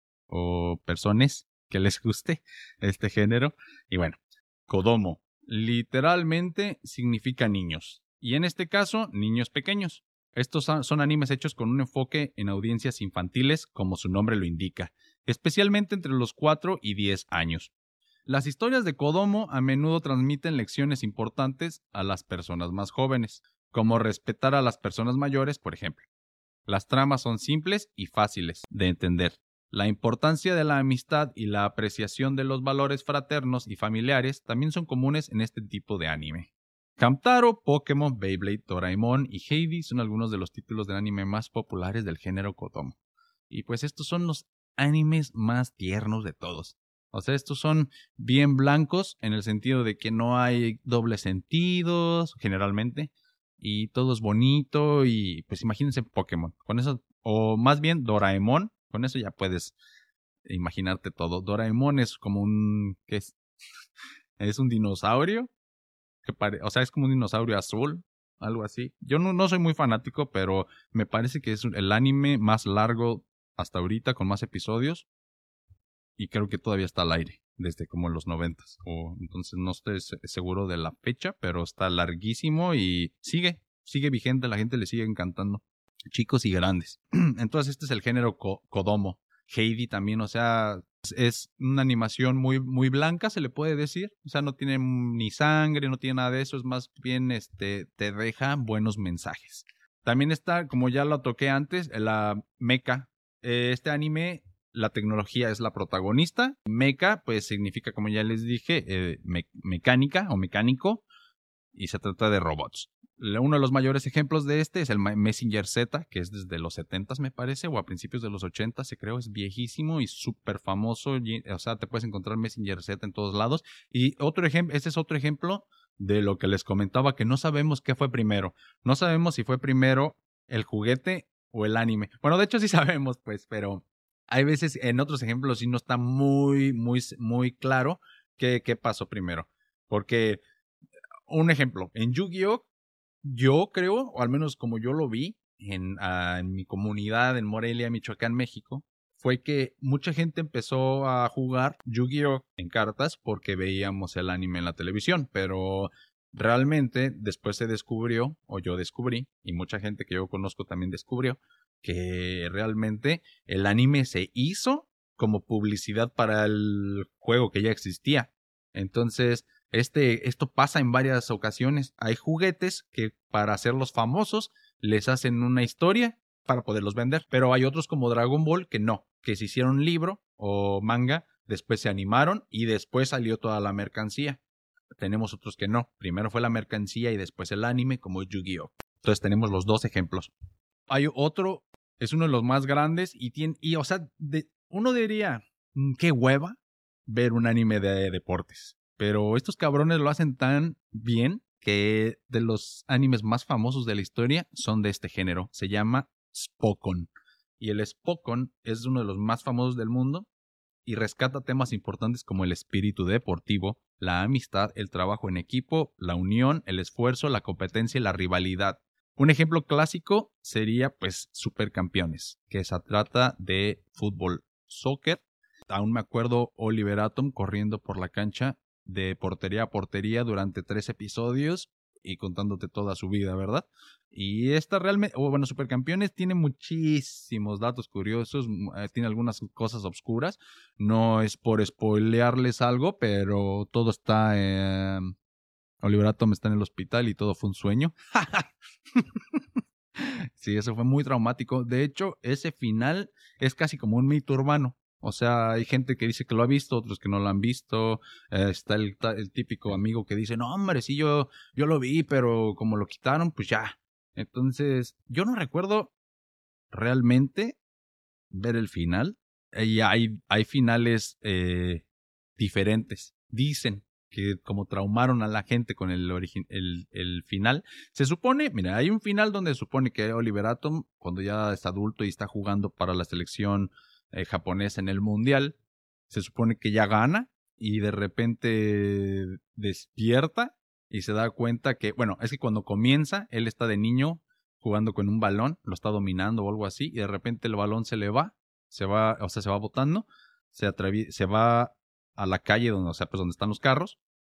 o personas que les guste este género. Y bueno, Kodomo literalmente significa niños. Y en este caso, niños pequeños. Estos son animes hechos con un enfoque en audiencias infantiles, como su nombre lo indica, especialmente entre los 4 y 10 años. Las historias de Kodomo a menudo transmiten lecciones importantes a las personas más jóvenes, como respetar a las personas mayores, por ejemplo. Las tramas son simples y fáciles de entender. La importancia de la amistad y la apreciación de los valores fraternos y familiares también son comunes en este tipo de anime. Hamtaro, Pokémon, Beyblade, Doraemon y Heidi son algunos de los títulos de anime más populares del género Kodomo. Y pues estos son los animes más tiernos de todos. O sea, estos son bien blancos en el sentido de que no hay dobles sentidos, generalmente, y todo es bonito. Y pues imagínense Pokémon, con eso, o más bien Doraemon, con eso ya puedes imaginarte todo. Doraemon es como ¿qué es? Es un dinosaurio, o sea, es como un dinosaurio azul, algo así. Yo no soy muy fanático, pero me parece que es el anime más largo hasta ahorita, con más episodios. Y creo que todavía está al aire, desde como los 90s. Entonces no estoy seguro de la fecha, pero está larguísimo y sigue vigente, la gente le sigue encantando. Chicos y grandes. Entonces este es el género Kodomo. Heidi también, o sea, es una animación muy, muy blanca, se le puede decir. O sea, no tiene ni sangre, no tiene nada de eso. Es más bien, te deja buenos mensajes. También está, como ya lo toqué antes, la Mecha. Este anime, la tecnología es la protagonista. Mecha, pues significa, como ya les dije, mecánica o mecánico. Y se trata de robots. Uno de los mayores ejemplos de este es el Messenger Z, que es desde los 70s me parece, o a principios de los 80s, se creo, es viejísimo y súper famoso. O sea, te puedes encontrar Messenger Z en todos lados. Y este es otro ejemplo de lo que les comentaba, que no sabemos qué fue primero. No sabemos si fue primero el juguete o el anime. Bueno, de hecho sí sabemos, pues, pero hay veces en otros ejemplos sí no está muy, muy, muy claro qué pasó primero. Porque, un ejemplo, en Yu-Gi-Oh! Yo creo, o al menos como yo lo vi en mi comunidad en Morelia, Michoacán, México, fue que mucha gente empezó a jugar Yu-Gi-Oh! En cartas porque veíamos el anime en la televisión, pero realmente después se descubrió, o yo descubrí, y mucha gente que yo conozco también descubrió, que realmente el anime se hizo como publicidad para el juego que ya existía. Entonces, esto pasa en varias ocasiones. Hay juguetes que para hacerlos famosos les hacen una historia para poderlos vender, pero hay otros como Dragon Ball que no, que se hicieron libro o manga, después se animaron y después salió toda la mercancía. Tenemos otros que no, primero fue la mercancía y después el anime, como Yu-Gi-Oh! Entonces tenemos los dos ejemplos. Hay otro, es uno de los más grandes y o sea, uno diría, qué hueva ver un anime de deportes. Pero estos cabrones lo hacen tan bien que de los animes más famosos de la historia son de este género. Se llama Spokon. Y el Spokon es uno de los más famosos del mundo y rescata temas importantes como el espíritu deportivo, la amistad, el trabajo en equipo, la unión, el esfuerzo, la competencia y la rivalidad. Un ejemplo clásico sería, pues, Supercampeones, que se trata de fútbol, soccer. Aún me acuerdo Oliver Atom corriendo por la cancha de portería a portería durante 3 episodios y contándote toda su vida, ¿verdad? Y esta realmente, bueno, Supercampeones tiene muchísimos datos curiosos, tiene algunas cosas obscuras. No es por spoilearles algo, pero todo está... Oliver Atom está en el hospital y todo fue un sueño. Sí, eso fue muy traumático. De hecho, ese final es casi como un mito urbano. O sea, hay gente que dice que lo ha visto, otros que no lo han visto. Está el típico amigo que dice, no, hombre, sí, yo lo vi, pero como lo quitaron, pues ya. Entonces, yo no recuerdo realmente ver el final. Y hay finales diferentes. Dicen que como traumaron a la gente con el final. Se supone, mira, hay un final donde se supone que Oliver Atom, cuando ya es adulto y está jugando para la selección japonesa en el mundial, se supone que ya gana y de repente despierta y se da cuenta que, bueno, es que cuando comienza, él está de niño jugando con un balón, lo está dominando o algo así, y de repente el balón se le va, se va botando, se va a la calle donde, o sea, pues donde están los carros,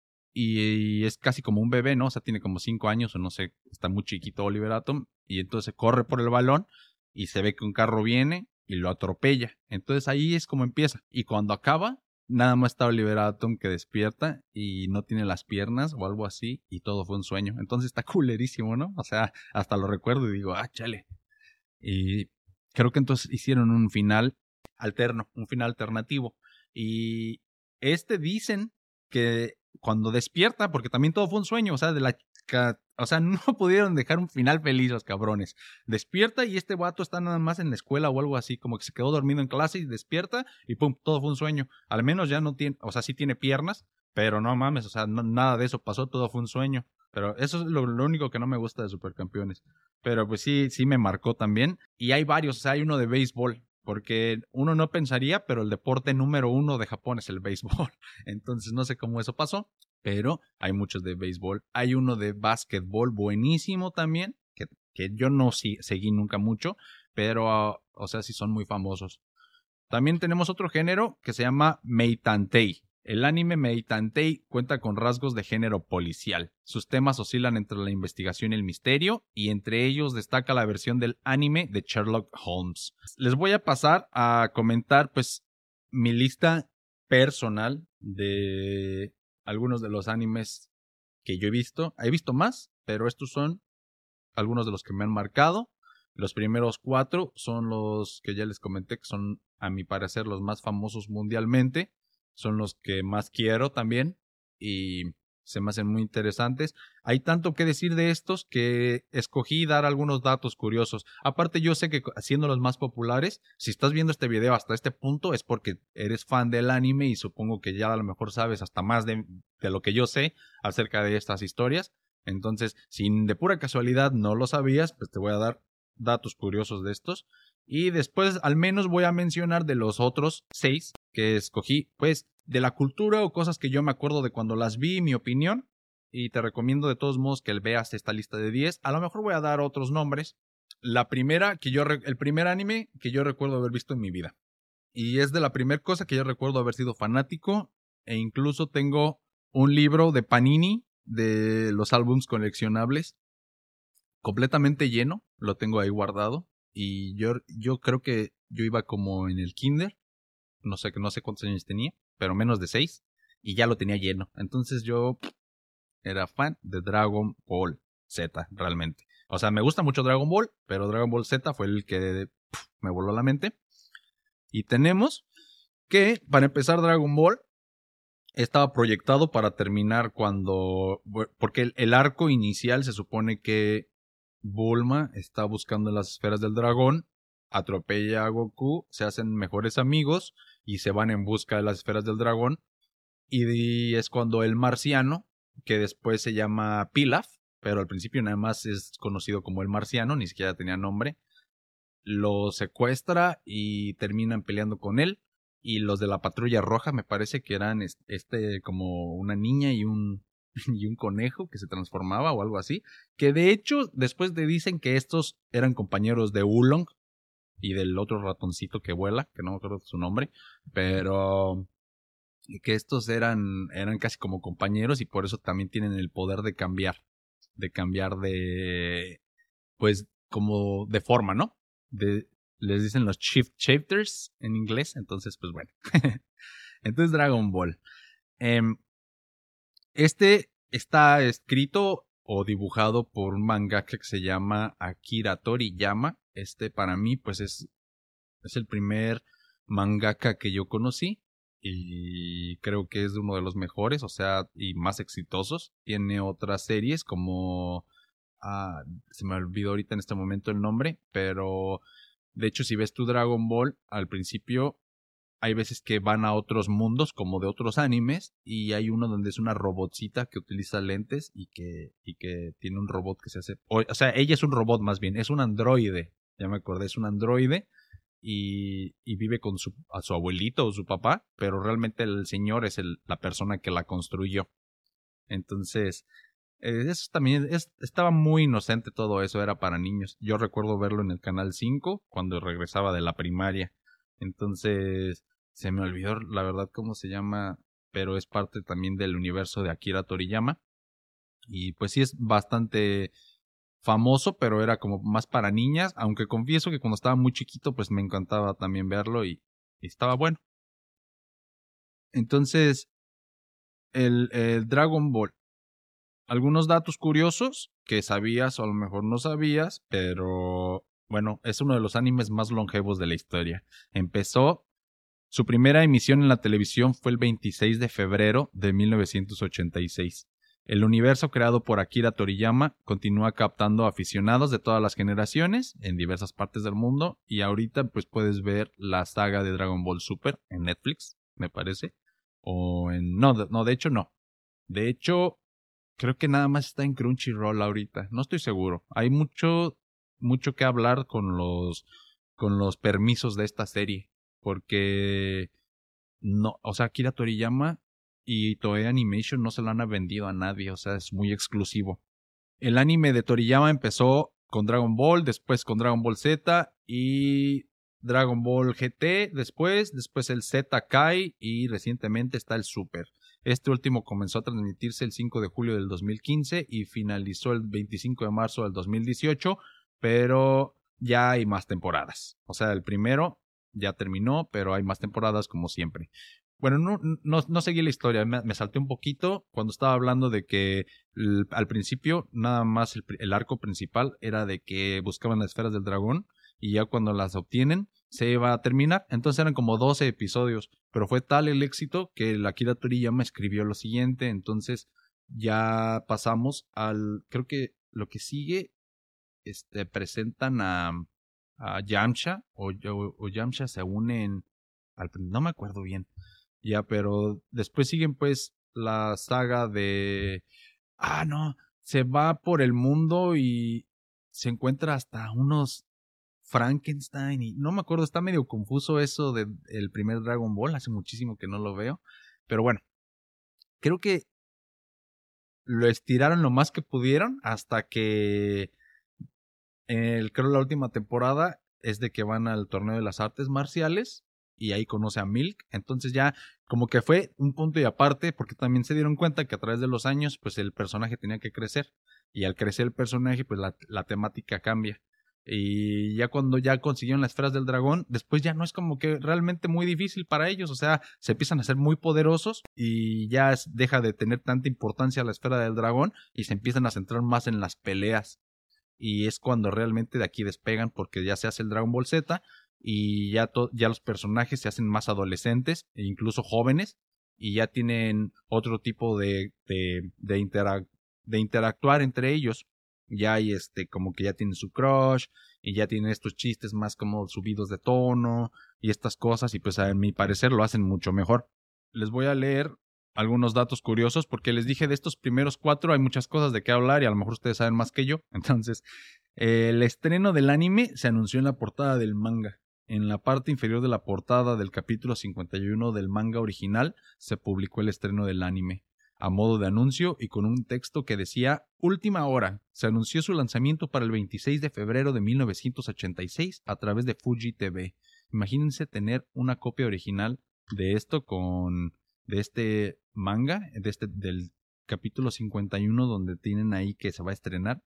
y es casi como un bebé, ¿no? O sea, tiene como 5 años o no sé, está muy chiquito Oliver Atom, y entonces corre por el balón y se ve que un carro viene y lo atropella. Entonces ahí es como empieza. Y cuando acaba, nada más está Oliver Atom que despierta y no tiene las piernas o algo así y todo fue un sueño. Entonces está culerísimo, ¿no? O sea, hasta lo recuerdo y digo, chale. Y creo que entonces hicieron un final alterno, un final alternativo. Y dicen que cuando despierta, porque también todo fue un sueño, o sea, o sea, no pudieron dejar un final feliz los cabrones. Despierta y este vato está nada más en la escuela o algo así, como que se quedó dormido en clase y despierta y pum, todo fue un sueño. Al menos ya no tiene, o sea, sí tiene piernas, pero no mames, o sea, nada de eso pasó, todo fue un sueño. Pero eso es lo único que no me gusta de Supercampeones. Pero pues sí me marcó también. Y hay varios, o sea, hay uno de béisbol. Porque uno no pensaría, pero el deporte número 1 de Japón es el béisbol. Entonces no sé cómo eso pasó, pero hay muchos de béisbol. Hay uno de básquetbol buenísimo también, que yo no seguí nunca mucho, pero, o sea, sí son muy famosos. También tenemos otro género que se llama Meitantei. El anime Meitantei cuenta con rasgos de género policial. Sus temas oscilan entre la investigación y el misterio, y entre ellos destaca la versión del anime de Sherlock Holmes. Les voy a pasar a comentar, pues, mi lista personal de algunos de los animes que yo he visto. He visto más, pero estos son algunos de los que me han marcado. Los primeros 4 son los que ya les comenté, que son, a mi parecer, los más famosos mundialmente. Son los que más quiero también y se me hacen muy interesantes. Hay tanto que decir de estos que escogí dar algunos datos curiosos. Aparte, yo sé que haciendo los más populares, si estás viendo este video hasta este punto es porque eres fan del anime y supongo que ya a lo mejor sabes hasta más de lo que yo sé acerca de estas historias. Entonces, si de pura casualidad no lo sabías, pues te voy a dar datos curiosos de estos. Y después al menos voy a mencionar de los otros 6 que escogí, pues, de la cultura o cosas que yo me acuerdo de cuando las vi, mi opinión. Y te recomiendo de todos modos que veas esta lista de 10. A lo mejor voy a dar otros nombres. El primer anime que yo recuerdo haber visto en mi vida. Y es de la primera cosa que yo recuerdo haber sido fanático. E incluso tengo un libro de Panini de los álbums coleccionables completamente lleno. Lo tengo ahí guardado. Y yo creo que yo iba como en el kinder. No sé cuántos años tenía, pero menos de 6. Y ya lo tenía lleno. Entonces yo era fan de Dragon Ball Z, realmente. O sea, me gusta mucho Dragon Ball, pero Dragon Ball Z fue el que me voló la mente. Y tenemos que, para empezar, Dragon Ball estaba proyectado para terminar porque el arco inicial se supone que Bulma está buscando las esferas del dragón, atropella a Goku, se hacen mejores amigos y se van en busca de las esferas del dragón. Y es cuando el marciano, que después se llama Pilaf, pero al principio nada más es conocido como el marciano, ni siquiera tenía nombre, lo secuestra y terminan peleando con él. Y los de la Patrulla Roja me parece que eran como una niña y un conejo que se transformaba o algo así. Que de hecho después dicen que estos eran compañeros de Oolong y del otro ratoncito que vuela, que no me acuerdo su nombre, pero que estos eran casi como compañeros y por eso también tienen el poder de cambiar pues como de forma, ¿no? Les dicen los shifters en inglés, entonces pues bueno. Entonces Dragon Ball. Este está escrito o dibujado por un mangaka que se llama Akira Toriyama. Para mí pues es el primer mangaka que yo conocí y creo que es uno de los mejores, o sea, y más exitosos. Tiene otras series como se me olvidó ahorita en este momento el nombre, pero de hecho si ves tu Dragon Ball al principio hay veces que van a otros mundos como de otros animes y hay uno donde es una robotcita que utiliza lentes y que tiene un robot que se hace, o sea, ella es un robot más bien, es un androide, ya me acordé, es un androide y vive con su abuelito o su papá, pero realmente el señor es la persona que la construyó. Entonces, eso también estaba muy inocente todo eso, era para niños. Yo recuerdo verlo en el Canal 5 cuando regresaba de la primaria. Entonces, se me olvidó la verdad cómo se llama, pero es parte también del universo de Akira Toriyama. Y pues sí es bastante famoso, pero era como más para niñas, aunque confieso que cuando estaba muy chiquito pues me encantaba también verlo y estaba bueno. Entonces, el Dragon Ball. Algunos datos curiosos que sabías o a lo mejor no sabías, pero bueno, es uno de los animes más longevos de la historia. Su primera emisión en la televisión fue el 26 de febrero de 1986. El universo creado por Akira Toriyama continúa captando aficionados de todas las generaciones en diversas partes del mundo y ahorita pues puedes ver la saga de Dragon Ball Super en Netflix, me parece. De hecho no. De hecho, creo que nada más está en Crunchyroll ahorita. No estoy seguro. Hay mucho que hablar con los permisos de esta serie. Porque no, o sea, Akira Toriyama y Toei Animation no se lo han vendido a nadie. O sea, es muy exclusivo. El anime de Toriyama empezó con Dragon Ball, después con Dragon Ball Z y Dragon Ball GT, después el Z Kai y recientemente está el Super. Este último comenzó a transmitirse el 5 de julio del 2015 y finalizó el 25 de marzo del 2018, pero ya hay más temporadas. O sea, el primero ya terminó, pero hay más temporadas como siempre. Bueno, no seguí la historia, me salté un poquito cuando estaba hablando de que al principio nada más el arco principal era de que buscaban las esferas del dragón y ya cuando las obtienen se iba a terminar. Entonces eran como 12 episodios, pero fue tal el éxito que el Akira Toriyama escribió lo siguiente. Entonces ya pasamos creo que lo que sigue, presentan a Yamcha o Yamcha se unen no me acuerdo bien. Ya, pero después siguen pues la saga de... no, se va por el mundo y se encuentra hasta unos Frankenstein y no me acuerdo, está medio confuso eso del primer Dragon Ball, hace muchísimo que no lo veo, pero bueno, creo que lo estiraron lo más que pudieron hasta que creo la última temporada es de que van al torneo de las artes marciales y ahí conoce a Milk. Entonces ya como que fue un punto y aparte porque también se dieron cuenta que a través de los años pues el personaje tenía que crecer y al crecer el personaje pues la temática cambia. Y ya cuando ya consiguieron las esferas del dragón, después ya no es como que realmente muy difícil para ellos, o sea, se empiezan a ser muy poderosos y ya deja de tener tanta importancia la esfera del dragón y se empiezan a centrar más en las peleas. Y es cuando realmente de aquí despegan porque ya se hace el Dragon Ball Z y ya los personajes se hacen más adolescentes e incluso jóvenes y ya tienen otro tipo de interactuar entre ellos. Ya hay como que ya tienen su crush y ya tiene estos chistes más como subidos de tono y estas cosas, y pues a mi parecer lo hacen mucho mejor. Les voy a leer algunos datos curiosos porque les dije de estos primeros 4 hay muchas cosas de qué hablar y a lo mejor ustedes saben más que yo. Entonces, el estreno del anime se anunció en la portada del manga. En la parte inferior de la portada del capítulo 51 del manga original se publicó el estreno del anime, a modo de anuncio y con un texto que decía: última hora, se anunció su lanzamiento para el 26 de febrero de 1986 a través de Fuji TV. Imagínense tener una copia original de esto de este manga, del capítulo 51 donde tienen ahí que se va a estrenar.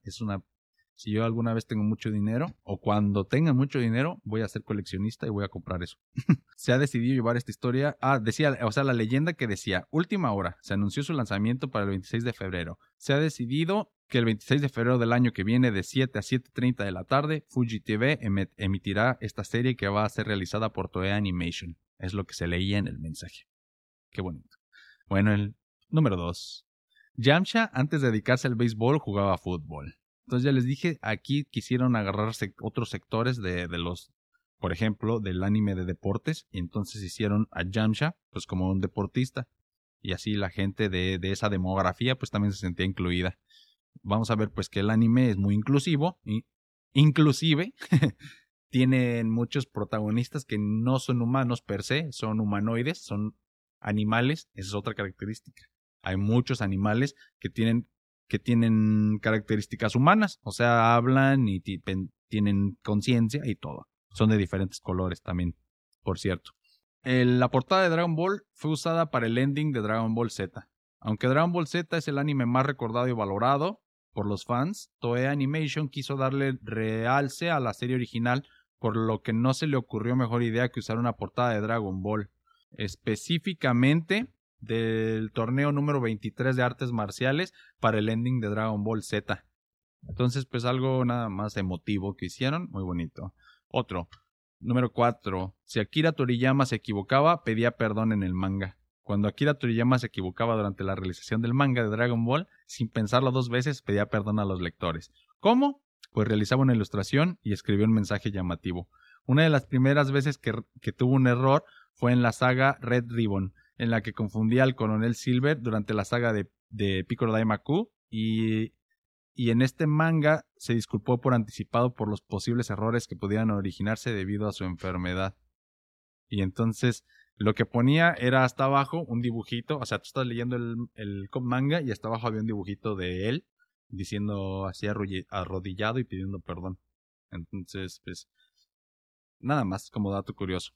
Si yo alguna vez tengo mucho dinero, o cuando tenga mucho dinero, voy a ser coleccionista y voy a comprar eso. Se ha decidido llevar esta historia. La leyenda que decía: última hora, se anunció su lanzamiento para el 26 de febrero. Se ha decidido que el 26 de febrero del año que viene, de 7 a 7:30 de la tarde, Fuji TV emitirá esta serie que va a ser realizada por Toei Animation. Es lo que se leía en el mensaje. Qué bonito. Bueno, el número 2. Yamcha, antes de dedicarse al béisbol, jugaba fútbol. Entonces ya les dije, aquí quisieron agarrarse otros sectores de los, por ejemplo, del anime de deportes, y entonces hicieron a Yamcha pues como un deportista, y así la gente de esa demografía pues también se sentía incluida. Vamos a ver pues que el anime es muy inclusivo, y inclusive tienen muchos protagonistas que no son humanos per se, son humanoides, son animales. Esa es otra característica. Hay muchos animales que tienen características humanas, o sea, hablan y tienen conciencia y todo. Son de diferentes colores también, por cierto. La portada de Dragon Ball fue usada para el ending de Dragon Ball Z. Aunque Dragon Ball Z es el anime más recordado y valorado por los fans, Toei Animation quiso darle realce a la serie original, por lo que no se le ocurrió mejor idea que usar una portada de Dragon Ball, específicamente del torneo número 23 de artes marciales para el ending de Dragon Ball Z. Entonces, pues algo nada más emotivo que hicieron, muy bonito. Otro, número 4. Si Akira Toriyama se equivocaba, pedía perdón en el manga. Cuando Akira Toriyama se equivocaba durante la realización del manga de Dragon Ball, sin pensarlo 2 veces, pedía perdón a los lectores. ¿Cómo? Pues realizaba una ilustración y escribió un mensaje llamativo. Una de las primeras veces que tuvo un error fue en la saga Red Ribbon, en la que confundía al Coronel Silver durante la saga de Piccolo Daimaku, y en este manga se disculpó por anticipado por los posibles errores que pudieran originarse debido a su enfermedad. Y entonces lo que ponía era hasta abajo un dibujito, o sea, tú estás leyendo el manga y hasta abajo había un dibujito de él diciendo así arrodillado y pidiendo perdón. Entonces, pues, nada más como dato curioso.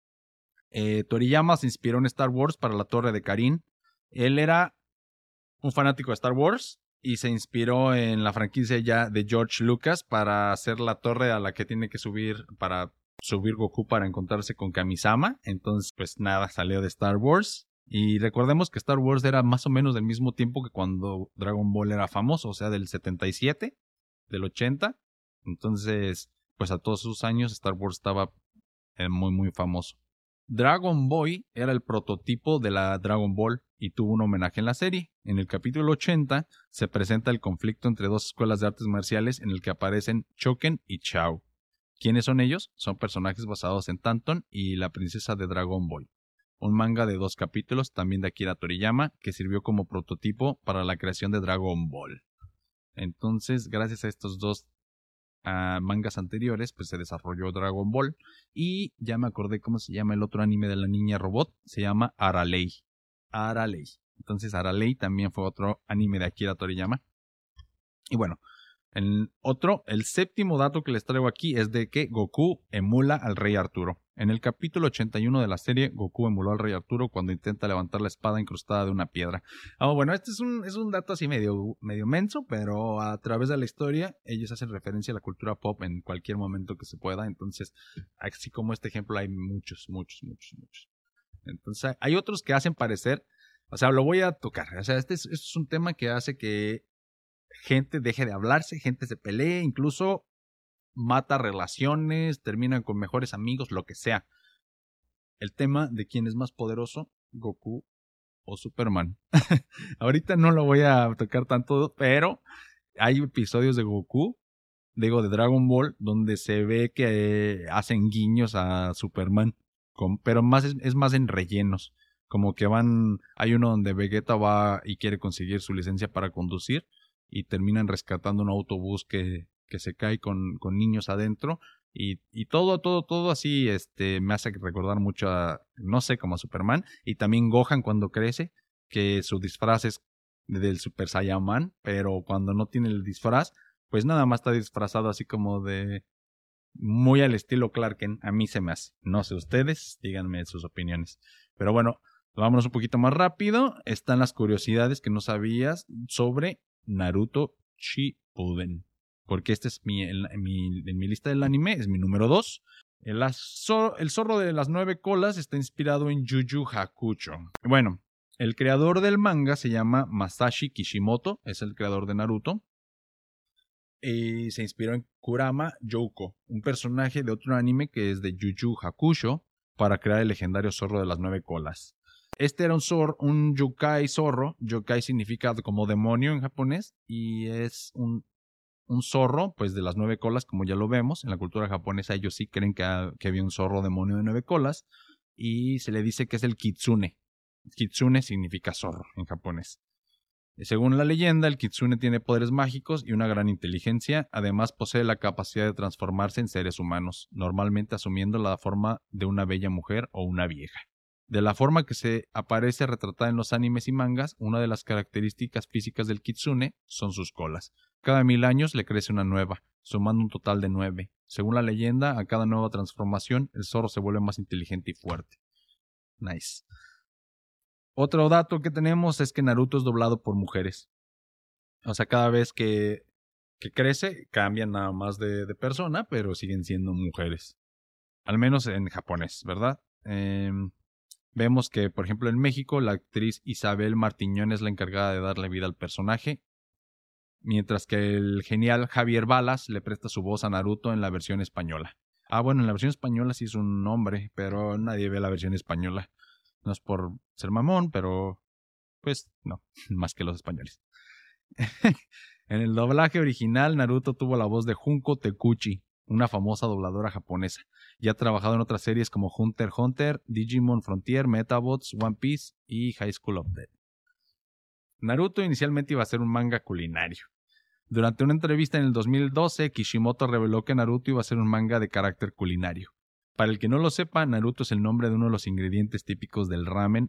Toriyama se inspiró en Star Wars para la Torre de Karin. Él era un fanático de Star Wars y se inspiró en la franquicia ya de George Lucas para hacer la torre a la que tiene que subir para subir Goku para encontrarse con Kamisama. Entonces, pues nada, salió de Star Wars. Y recordemos que Star Wars era más o menos del mismo tiempo que cuando Dragon Ball era famoso, o sea, del 77, del 80. Entonces, pues a todos sus años Star Wars estaba muy, muy famoso. Dragon Boy era el prototipo de la Dragon Ball y tuvo un homenaje en la serie. En el capítulo 80 se presenta el conflicto entre 2 escuelas de artes marciales en el que aparecen Choken y Chao. ¿Quiénes son ellos? Son personajes basados en Tanton y la princesa de Dragon Ball. Un manga de 2 capítulos, también de Akira Toriyama, que sirvió como prototipo para la creación de Dragon Ball. Entonces, gracias a estos 2 mangas anteriores, pues se desarrolló Dragon Ball. Y ya me acordé cómo se llama el otro anime de la niña robot. Se llama Aralei. Entonces Aralei también fue otro anime de Akira Toriyama. Y bueno, el 7º dato que les traigo aquí es de que Goku emula al Rey Arturo. En el capítulo 81 de la serie, Goku emuló al Rey Arturo cuando intenta levantar la espada incrustada de una piedra. Bueno, este es un dato así medio menso, pero a través de la historia ellos hacen referencia a la cultura pop en cualquier momento que se pueda. Entonces, así como este ejemplo, hay muchos. Entonces, hay otros que hacen parecer, o sea, lo voy a tocar. O sea, este es un tema que hace que gente deje de hablarse, gente se pelee, incluso mata relaciones, terminan con mejores amigos, lo que sea. El tema de quién es más poderoso, Goku o Superman. Ahorita no lo voy a tocar tanto, pero hay episodios de Goku de Dragon Ball, donde se ve que hacen guiños a Superman, pero es más en rellenos. Como que hay uno donde Vegeta va y quiere conseguir su licencia para conducir y terminan rescatando un autobús que se cae con niños adentro. Y todo así me hace recordar mucho no sé, como a Superman. Y también Gohan cuando crece, que su disfraz es del Super Saiyaman, pero cuando no tiene el disfraz, pues nada más está disfrazado así como de muy al estilo Clark Kent. A mí se me hace. No sé ustedes, díganme sus opiniones. Pero bueno, vámonos un poquito más rápido. Están las curiosidades que no sabías sobre Naruto Shippuden. Porque este es en mi lista del anime, es mi número 2. El zorro de las 9 colas está inspirado en Yu Yu Hakusho. Bueno, el creador del manga se llama Masashi Kishimoto, es el creador de Naruto. Y se inspiró en Kurama Youko, un personaje de otro anime que es de Yu Yu Hakusho, para crear el legendario zorro de las 9 colas. Este era un yokai zorro. Yokai significa como demonio en japonés y es un zorro, pues de las 9 colas, como ya lo vemos. En la cultura japonesa ellos sí creen que había un zorro demonio de 9 colas y se le dice que es el kitsune. Kitsune significa zorro en japonés. Según la leyenda, el kitsune tiene poderes mágicos y una gran inteligencia. Además, posee la capacidad de transformarse en seres humanos, normalmente asumiendo la forma de una bella mujer o una vieja. De la forma que se aparece retratada en los animes y mangas, una de las características físicas del kitsune son sus colas. Cada 1000 años le crece una nueva, sumando un total de 9. Según la leyenda, a cada nueva transformación, el zorro se vuelve más inteligente y fuerte. Nice. Otro dato que tenemos es que Naruto es doblado por mujeres. O sea, cada vez que crece, cambian nada más de persona, pero siguen siendo mujeres. Al menos en japonés, ¿verdad? Vemos que, por ejemplo, en México, la actriz Isabel Martiñón es la encargada de darle vida al personaje, mientras que el genial Javier Balas le presta su voz a Naruto en la versión española. Bueno, en la versión española sí es un hombre, pero nadie ve la versión española. No es por ser mamón, pero pues no, más que los españoles. En el doblaje original, Naruto tuvo la voz de Junko Tekuchi, una famosa dobladora japonesa. Ya ha trabajado en otras series como Hunter x Hunter, Digimon Frontier, Metabots, One Piece y High School of Death. Naruto inicialmente iba a ser un manga culinario. Durante una entrevista en el 2012, Kishimoto reveló que Naruto iba a ser un manga de carácter culinario. Para el que no lo sepa, Naruto es el nombre de uno de los ingredientes típicos del ramen.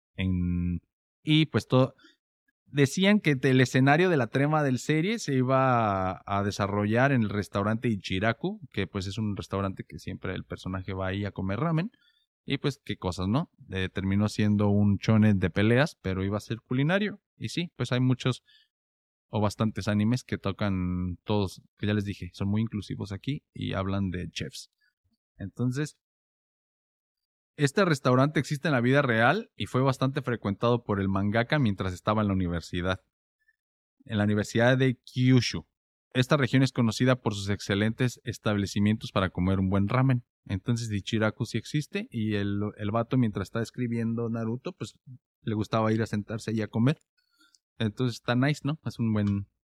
Y pues decían que el escenario de la trama del serie se iba a desarrollar en el restaurante Ichiraku, que pues es un restaurante que siempre el personaje va ahí a comer ramen. Y pues qué cosas, ¿no? Terminó siendo un shonen de peleas, pero iba a ser culinario. Y sí, pues hay muchos o bastantes animes que tocan todos, que ya les dije, son muy inclusivos aquí y hablan de chefs. Entonces, este restaurante existe en la vida real y fue bastante frecuentado por el mangaka mientras estaba en la universidad. En la Universidad de Kyushu. Esta región es conocida por sus excelentes establecimientos para comer un buen ramen. Entonces Ichiraku sí existe y el vato mientras está escribiendo Naruto, pues le gustaba ir a sentarse ahí a comer. Entonces está nice, ¿no? Es un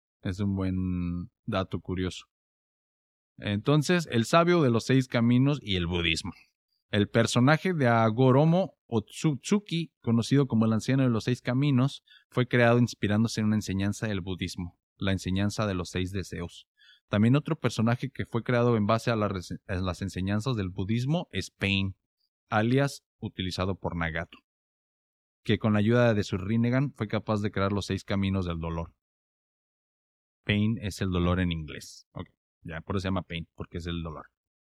buen dato curioso. Entonces, el sabio de los 6 caminos y el budismo. El personaje de Agoromo Otsutsuki, conocido como el anciano de los 6 caminos, fue creado inspirándose en una enseñanza del budismo, la enseñanza de los 6 deseos. También otro personaje que fue creado en base a las enseñanzas del budismo es Pain, alias utilizado por Nagato, que con la ayuda de su Rinnegan fue capaz de crear los 6 caminos del dolor. Pain es el dolor en inglés. Okay. Ya, por eso se llama Pain, porque es el dolor.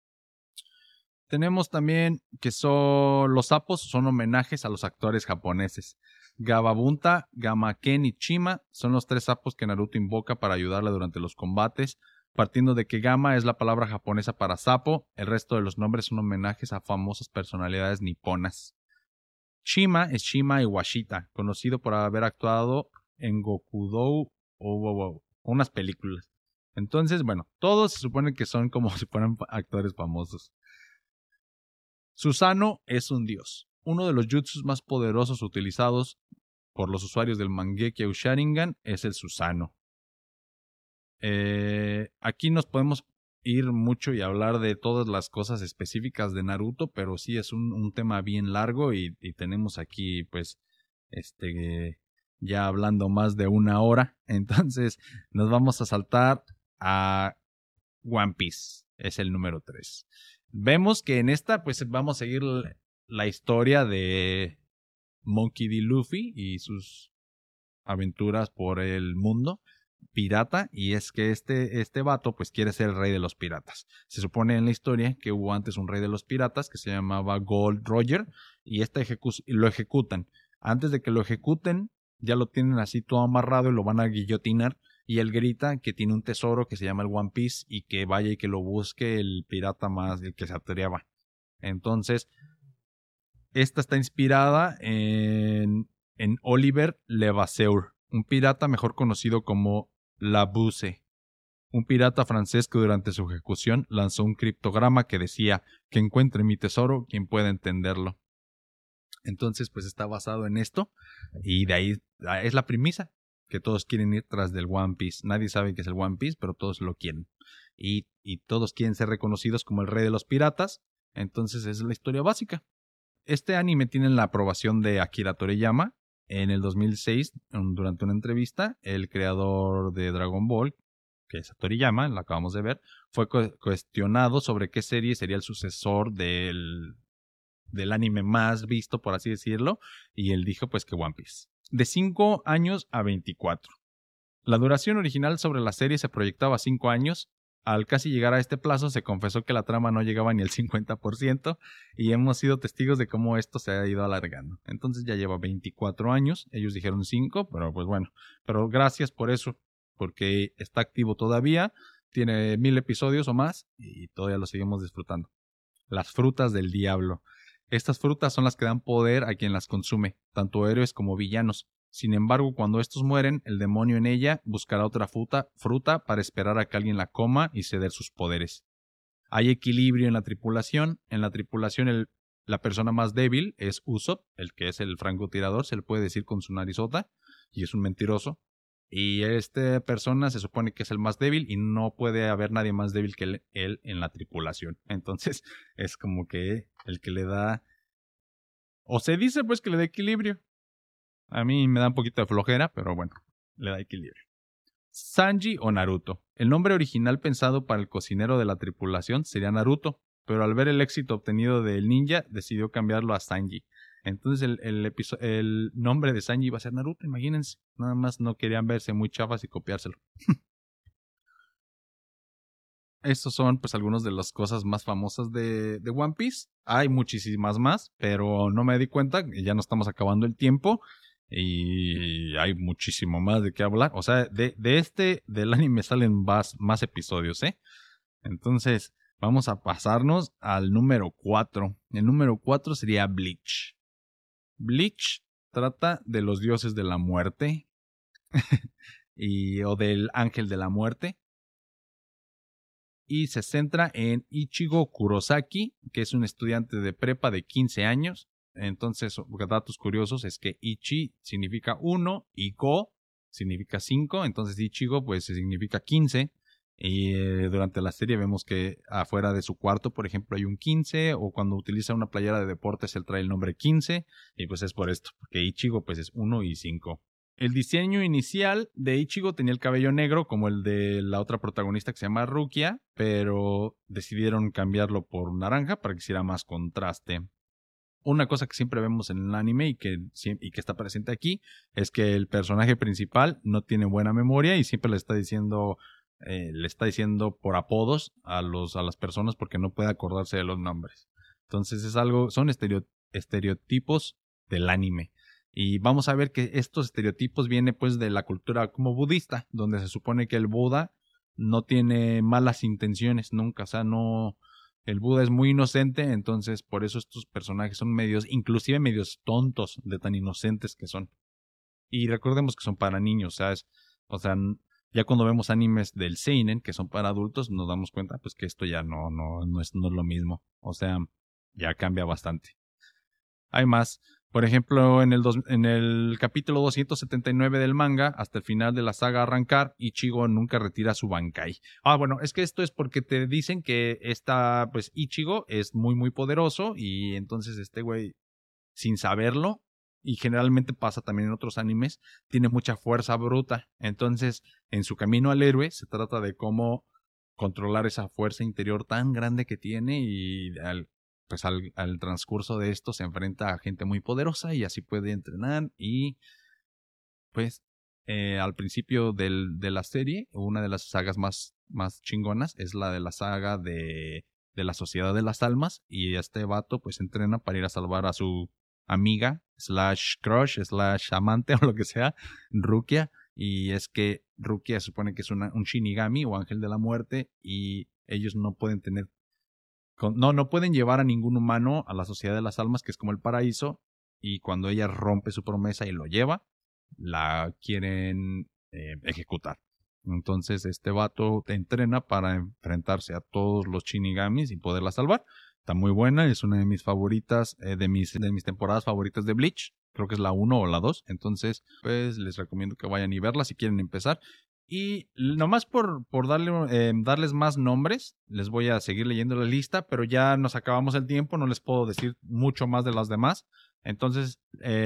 Tenemos también que los sapos son homenajes a los actores japoneses. Gababunta, Gamaken y Chima son los 3 sapos que Naruto invoca para ayudarle durante los combates. Partiendo de que Gama es la palabra japonesa para sapo, el resto de los nombres son homenajes a famosas personalidades niponas. Chima es Shima Iwashita, conocido por haber actuado en Gokudou o unas películas. Entonces, bueno, todos se supone que son como si fueran actores famosos. Susanoo es un dios, uno de los jutsus más poderosos utilizados por los usuarios del Mangekyo Sharingan es el Susanoo. aquí nos podemos ir mucho y hablar de todas las cosas específicas de Naruto, pero sí es un tema bien largo y tenemos aquí pues ya hablando más de 1 hora. Entonces nos vamos a saltar a One Piece. Es el número 3. Vemos que en esta pues vamos a seguir la historia de Monkey D. Luffy y sus aventuras por el mundo pirata, y es que este vato pues quiere ser el rey de los piratas. Se supone en la historia que hubo antes un rey de los piratas que se llamaba Gold Roger, y lo ejecutan. Antes de que lo ejecuten, ya lo tienen así todo amarrado y lo van a guillotinar, y él grita que tiene un tesoro que se llama el One Piece y que vaya y que lo busque el pirata más, el que se atreva. Entonces, esta está inspirada en Oliver Levasseur, un pirata mejor conocido como Labuse, un pirata francés que durante su ejecución lanzó un criptograma que decía: que encuentre mi tesoro quien pueda entenderlo. Entonces pues está basado en esto, y de ahí es la premisa, que todos quieren ir tras del One Piece. Nadie sabe qué es el One Piece, pero todos lo quieren, y todos quieren ser reconocidos como el rey de los piratas. Entonces es la historia básica. Este anime tiene la aprobación de Akira Toriyama. En el 2006, durante una entrevista, el creador de Dragon Ball, que es Toriyama, lo acabamos de ver, fue cuestionado sobre qué serie sería el sucesor del anime más visto, por así decirlo, y él dijo pues que One Piece. De 5 años a 24. La duración original sobre la serie se proyectaba a 5 años. Al casi llegar a este plazo, se confesó que la trama no llegaba ni al 50%, y hemos sido testigos de cómo esto se ha ido alargando. Entonces ya lleva 24 años, ellos dijeron 5, pero pues bueno. Pero gracias por eso, porque está activo todavía, tiene 1000 episodios o más, y todavía lo seguimos disfrutando. Las frutas del diablo. Estas frutas son las que dan poder a quien las consume, tanto héroes como villanos. Sin embargo, cuando estos mueren, el demonio en ella buscará otra fruta para esperar a que alguien la coma y ceder sus poderes. Hay equilibrio en la tripulación. En la tripulación la persona más débil es Usopp, el que es el francotirador, se le puede decir con su narizota, y es un mentiroso. Y esta persona se supone que es el más débil y no puede haber nadie más débil que él en la tripulación. Entonces es como que el que le da... O se dice pues que le da equilibrio. A mí me da un poquito de flojera, pero bueno, le da equilibrio. Sanji o Naruto. El nombre original pensado para el cocinero de la tripulación sería Naruto, pero al ver el éxito obtenido del ninja, decidió cambiarlo a Sanji. Entonces el nombre de Sanji iba a ser Naruto, imagínense. Nada más no querían verse muy chafas y copiárselo. Estos son pues algunas de las cosas más famosas de One Piece. Hay muchísimas más, pero no me di cuenta, ya no estamos acabando el tiempo. Y hay muchísimo más de qué hablar. O sea, del anime salen más episodios, ¿eh? Entonces, vamos a pasarnos al número 4. El número 4 sería Bleach. Bleach trata de los dioses de la muerte o del ángel de la muerte. Y se centra en Ichigo Kurosaki, que es un estudiante de prepa de 15 años. Entonces, datos curiosos es que Ichi significa 1 y Go significa 5. Entonces Ichigo pues significa 15. Y durante la serie vemos que afuera de su cuarto, por ejemplo, hay un 15. O cuando utiliza una playera de deportes, él trae el nombre 15. Y pues es por esto, porque Ichigo pues es 1 y 5. El diseño inicial de Ichigo tenía el cabello negro como el de la otra protagonista que se llama Rukia, pero decidieron cambiarlo por naranja para que hiciera más contraste. Una cosa que siempre vemos en el anime y que está presente aquí es que el personaje principal no tiene buena memoria y siempre le está diciendo por apodos a las personas porque no puede acordarse de los nombres. Entonces son estereotipos del anime. Y vamos a ver que estos estereotipos vienen pues de la cultura como budista, donde se supone que el Buda no tiene malas intenciones nunca, o sea, no... El Buda es muy inocente, entonces por eso estos personajes son inclusive medios tontos de tan inocentes que son. Y recordemos que son para niños, ¿sabes? O sea, ya cuando vemos animes del seinen, que son para adultos, nos damos cuenta pues que esto ya no es lo mismo. O sea, ya cambia bastante. Hay más. Por ejemplo, en el capítulo 279 del manga, hasta el final de la saga arrancar, Ichigo nunca retira su Bankai. Bueno, es que esto es porque te dicen que pues Ichigo es muy, muy poderoso y entonces este güey, sin saberlo, y generalmente pasa también en otros animes, tiene mucha fuerza bruta. Entonces, en su camino al héroe, se trata de cómo controlar esa fuerza interior tan grande que tiene y al transcurso de esto se enfrenta a gente muy poderosa y así puede entrenar y pues al principio de la serie, una de las sagas más chingonas es la de la saga de la Sociedad de las Almas y este vato pues entrena para ir a salvar a su amiga, / crush, / amante o lo que sea, Rukia, y es que Rukia se supone que es un Shinigami o ángel de la muerte y ellos no pueden tener no pueden llevar a ningún humano a la Sociedad de las Almas, que es como el paraíso, y cuando ella rompe su promesa y lo lleva, la quieren ejecutar. Entonces este vato te entrena para enfrentarse a todos los Shinigamis y poderla salvar. Está muy buena, es una de mis favoritas, de mis temporadas favoritas de Bleach. Creo que es la 1 o la 2. Entonces, pues les recomiendo que vayan y verla si quieren empezar. Y nomás por darles más nombres, les voy a seguir leyendo la lista, pero ya nos acabamos el tiempo, no les puedo decir mucho más de las demás. Entonces,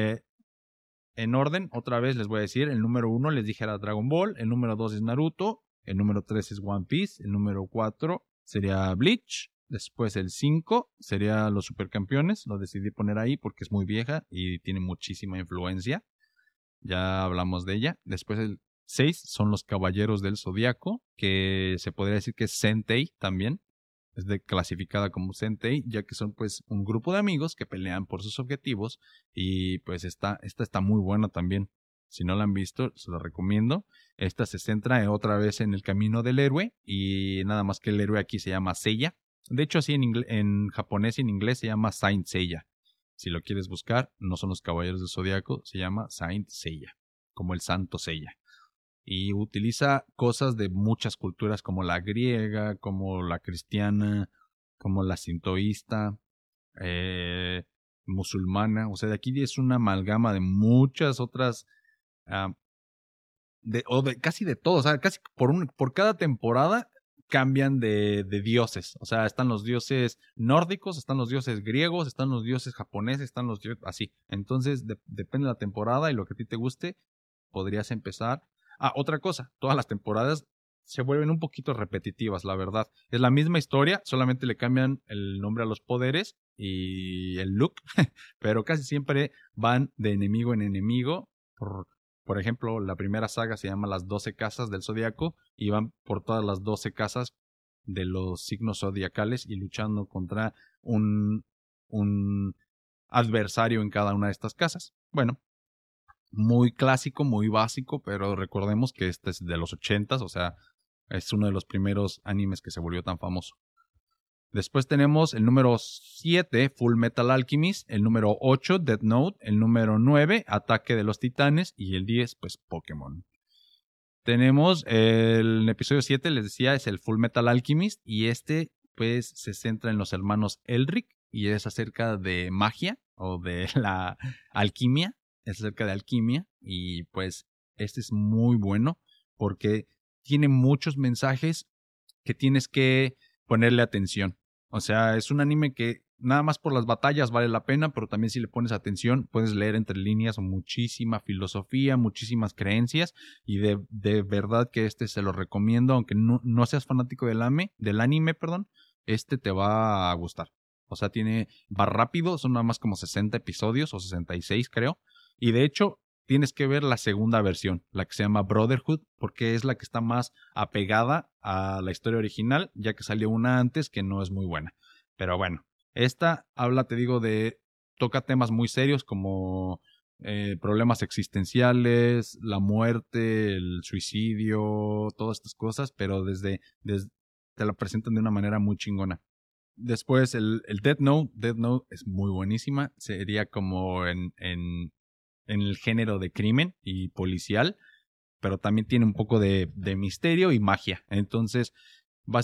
en orden, otra vez les voy a decir, el número 1 les dije era Dragon Ball, el número 2 es Naruto, el número 3 es One Piece, el número 4 sería Bleach, después el 5 sería Los Supercampeones, lo decidí poner ahí porque es muy vieja y tiene muchísima influencia, ya hablamos de ella. Después el 6 son Los Caballeros del Zodiaco, que se podría decir que es Sentai también, es clasificada como Sentai, ya que son pues un grupo de amigos que pelean por sus objetivos y pues esta está muy buena también. Si no la han visto, se la recomiendo. Esta se centra otra vez en el camino del héroe y nada más que el héroe aquí se llama Seiya. De hecho, así en japonés y en inglés se llama Saint Seiya. Si lo quieres buscar, no son los Caballeros del Zodiaco, se llama Saint Seiya, como el Santo Seiya. Y utiliza cosas de muchas culturas como la griega, como la cristiana, como la sintoísta, musulmana. O sea, de aquí es una amalgama de muchas otras, casi de todo. O sea, casi por cada temporada cambian de dioses. O sea, están los dioses nórdicos, están los dioses griegos, están los dioses japoneses, están los dioses así. Entonces, depende de la temporada y lo que a ti te guste, podrías empezar. Otra cosa, todas las temporadas se vuelven un poquito repetitivas, la verdad. Es la misma historia, solamente le cambian el nombre a los poderes y el look, pero casi siempre van de enemigo en enemigo. Por ejemplo, la primera saga se llama Las 12 Casas del Zodiaco y van por todas las 12 casas de los signos zodiacales y luchando contra un adversario en cada una de estas casas. Bueno, muy clásico, muy básico, pero recordemos que este es de los 80s, o sea, es uno de los primeros animes que se volvió tan famoso. Después tenemos el número 7, Full Metal Alchemist, el número 8, Death Note, el número 9, Ataque de los Titanes y el 10, pues Pokémon. Tenemos el episodio 7, les decía, es el Full Metal Alchemist y este pues se centra en los hermanos Elric y es acerca de magia o de la alquimia. Es acerca de alquimia y pues este es muy bueno porque tiene muchos mensajes que tienes que ponerle atención. O sea, es un anime que nada más por las batallas vale la pena, pero también si le pones atención puedes leer entre líneas muchísima filosofía, muchísimas creencias y de verdad que este se lo recomiendo, aunque no seas fanático del anime, este te va a gustar. O sea, va rápido, son nada más como 60 episodios o 66 creo. Y de hecho, tienes que ver la segunda versión, la que se llama Brotherhood, porque es la que está más apegada a la historia original, ya que salió una antes que no es muy buena. Pero bueno, esta habla, te digo, toca temas muy serios como problemas existenciales, la muerte, el suicidio, todas estas cosas, pero te la presentan de una manera muy chingona. Después el Death Note. Death Note es muy buenísima, sería como en el género de crimen y policial, pero también tiene un poco de misterio y magia. Entonces,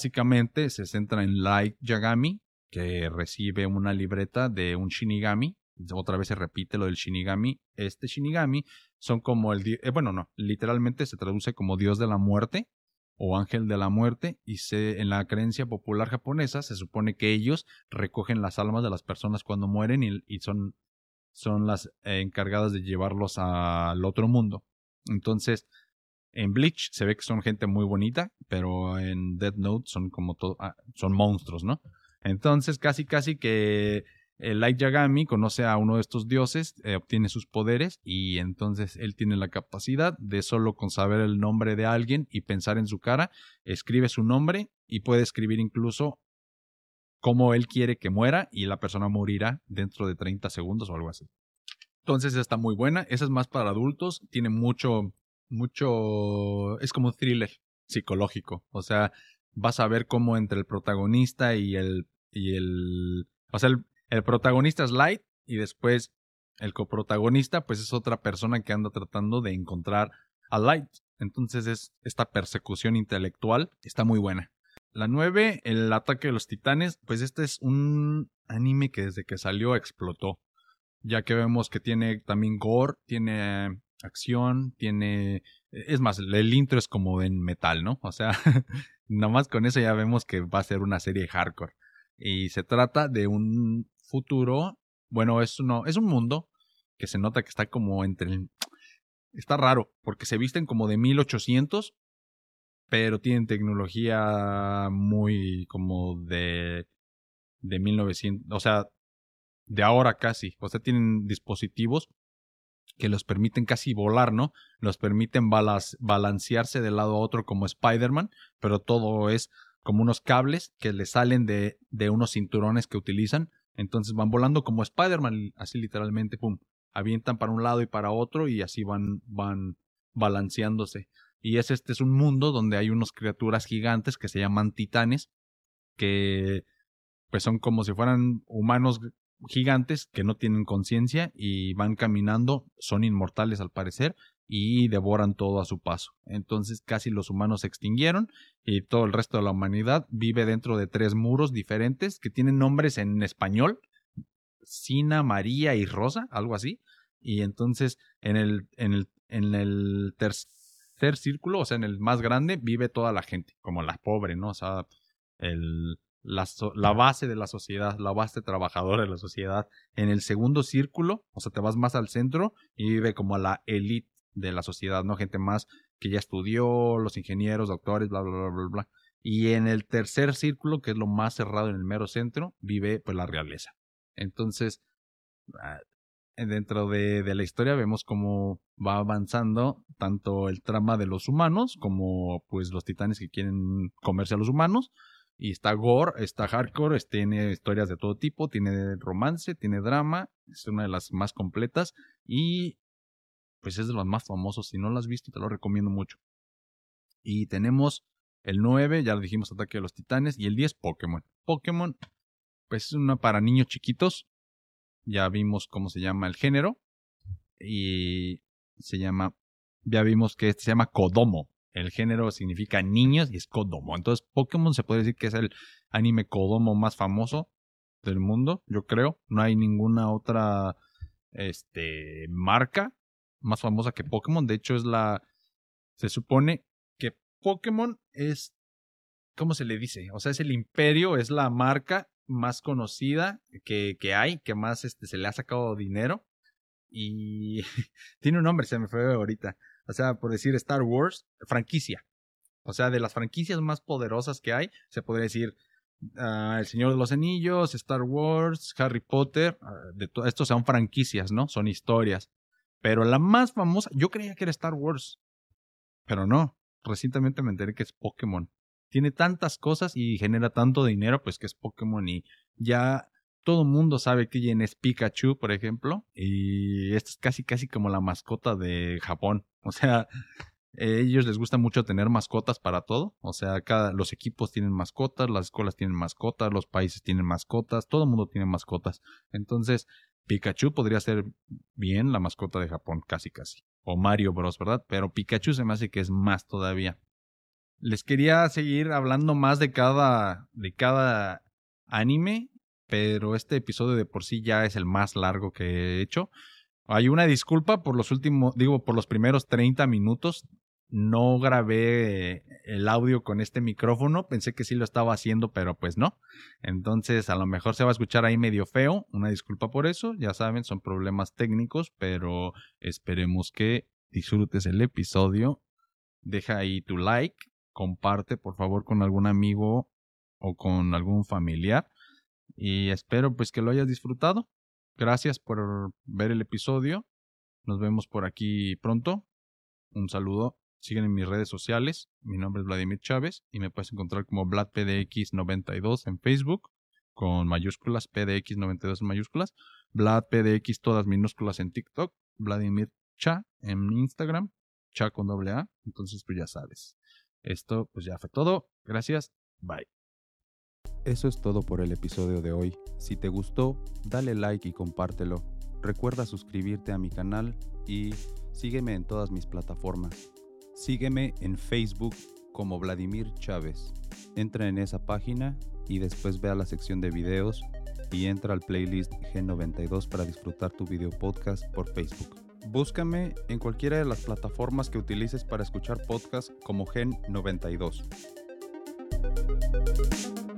básicamente se centra en Light Yagami, que recibe una libreta de un Shinigami otra vez se repite lo del Shinigami. Este Shinigami son como literalmente se traduce como Dios de la muerte o ángel de la muerte, y en la creencia popular japonesa se supone que ellos recogen las almas de las personas cuando mueren y son las encargadas de llevarlos al otro mundo. Entonces, en Bleach se ve que son gente muy bonita, pero en Death Note son como son monstruos, ¿no? Entonces, casi que el Light Yagami conoce a uno de estos dioses, obtiene sus poderes, y entonces él tiene la capacidad de solo con saber el nombre de alguien y pensar en su cara, escribe su nombre y puede escribir incluso cómo él quiere que muera, y la persona morirá dentro de 30 segundos o algo así. Entonces está muy buena. Esa es más para adultos. Tiene mucho... Es como un thriller psicológico. O sea, vas a ver cómo entre el protagonista y el o sea, el protagonista es Light, y después el coprotagonista pues es otra persona que anda tratando de encontrar a Light. Entonces esta persecución intelectual está muy buena. La 9, el ataque de los titanes, pues este es un anime que desde que salió explotó. Ya que vemos que tiene también gore, tiene acción, tiene... Es más, el intro es como en metal, ¿no? O sea, nomás con eso ya vemos que va a ser una serie hardcore. Y se trata de un futuro... Bueno, es un mundo que se nota que está como Está raro, porque se visten como de 1800, pero tienen tecnología muy como de 1900, o sea, de ahora casi. O sea, tienen dispositivos que los permiten casi volar, ¿no? Los permiten balancearse de lado a otro como Spider-Man, pero todo es como unos cables que le salen de unos cinturones que utilizan. Entonces van volando como Spider-Man, así literalmente, pum. Avientan para un lado y para otro y así van balanceándose. Y este es un mundo donde hay unas criaturas gigantes que se llaman titanes, que pues son como si fueran humanos gigantes que no tienen conciencia y van caminando, son inmortales al parecer y devoran todo a su paso. Entonces casi los humanos se extinguieron y todo el resto de la humanidad vive dentro de 3 muros diferentes que tienen nombres en español: Sina, María y Rosa, algo así. Y entonces en el tercer círculo, o sea, en el más grande, vive toda la gente, como la pobre, ¿no? O sea, la base de la sociedad, la base trabajadora de la sociedad. En el segundo círculo, o sea, te vas más al centro y vive como la élite de la sociedad, ¿no? Gente más que ya estudió, los ingenieros, doctores, bla, bla, bla, bla, bla. Y en el tercer círculo, que es lo más cerrado en el mero centro, vive pues la realeza. Entonces, dentro de la historia vemos cómo va avanzando tanto el trama de los humanos como pues los titanes que quieren comerse a los humanos. Y está gore, está hardcore, tiene historias de todo tipo, tiene romance, tiene drama, es una de las más completas y pues es de los más famosos. Si no lo has visto, te lo recomiendo mucho. Y tenemos el 9, ya lo dijimos, Ataque de los Titanes, y el 10, Pokémon. Pokémon, pues es una para niños chiquitos. Ya vimos cómo se llama el género y ya vimos que se llama Kodomo. El género significa niños y es Kodomo. Entonces Pokémon se puede decir que es el anime Kodomo más famoso del mundo, yo creo. No hay ninguna otra marca más famosa que Pokémon. De hecho se supone que Pokémon es, ¿cómo se le dice? O sea, es el imperio, es la marca más conocida que hay, que más se le ha sacado dinero. Y tiene un nombre, se me fue ahorita. O sea, por decir Star Wars, franquicia. O sea, de las franquicias más poderosas que hay, se podría decir El Señor de los Anillos, Star Wars, Harry Potter. Estos son franquicias, ¿no? Son historias. Pero la más famosa, yo creía que era Star Wars. Pero no. Recientemente me enteré que es Pokémon. Tiene tantas cosas y genera tanto dinero, pues que es Pokémon. Y ya todo el mundo sabe quién es Pikachu, por ejemplo. Y esto es casi como la mascota de Japón. O sea, a ellos les gusta mucho tener mascotas para todo. O sea, los equipos tienen mascotas, las escuelas tienen mascotas, los países tienen mascotas, todo el mundo tiene mascotas. Entonces, Pikachu podría ser bien la mascota de Japón, casi. O Mario Bros, ¿verdad? Pero Pikachu se me hace que es más todavía. Les quería seguir hablando más de cada anime. pero este episodio de por sí ya es el más largo que he hecho. Hay una disculpa por por los primeros 30 minutos. No grabé el audio con este micrófono. Pensé que sí lo estaba haciendo, pero pues no. Entonces a lo mejor se va a escuchar ahí medio feo. Una disculpa por eso. Ya saben, son problemas técnicos, pero esperemos que disfrutes el episodio. Deja ahí tu like. Comparte, por favor, con algún amigo o con algún familiar. Y espero pues que lo hayas disfrutado. Gracias por ver el episodio. Nos vemos por aquí pronto. Un saludo. Sígueme en mis redes sociales. Mi nombre es Vladimir Chávez y me puedes encontrar como VladPDX92 en Facebook con mayúsculas, PDX92 en mayúsculas, VladPDX todas minúsculas en TikTok, Vladimir Cha en Instagram, Cha con AA. Entonces pues ya sabes. Esto pues ya fue todo. Gracias. Bye. Eso es todo por el episodio de hoy. Si te gustó, dale like y compártelo. Recuerda suscribirte a mi canal y sígueme en todas mis plataformas. Sígueme en Facebook como Vladimir Chávez. Entra en esa página y después ve a la sección de videos y entra al playlist Gen92 para disfrutar tu video podcast por Facebook. Búscame en cualquiera de las plataformas que utilices para escuchar podcast como Gen92.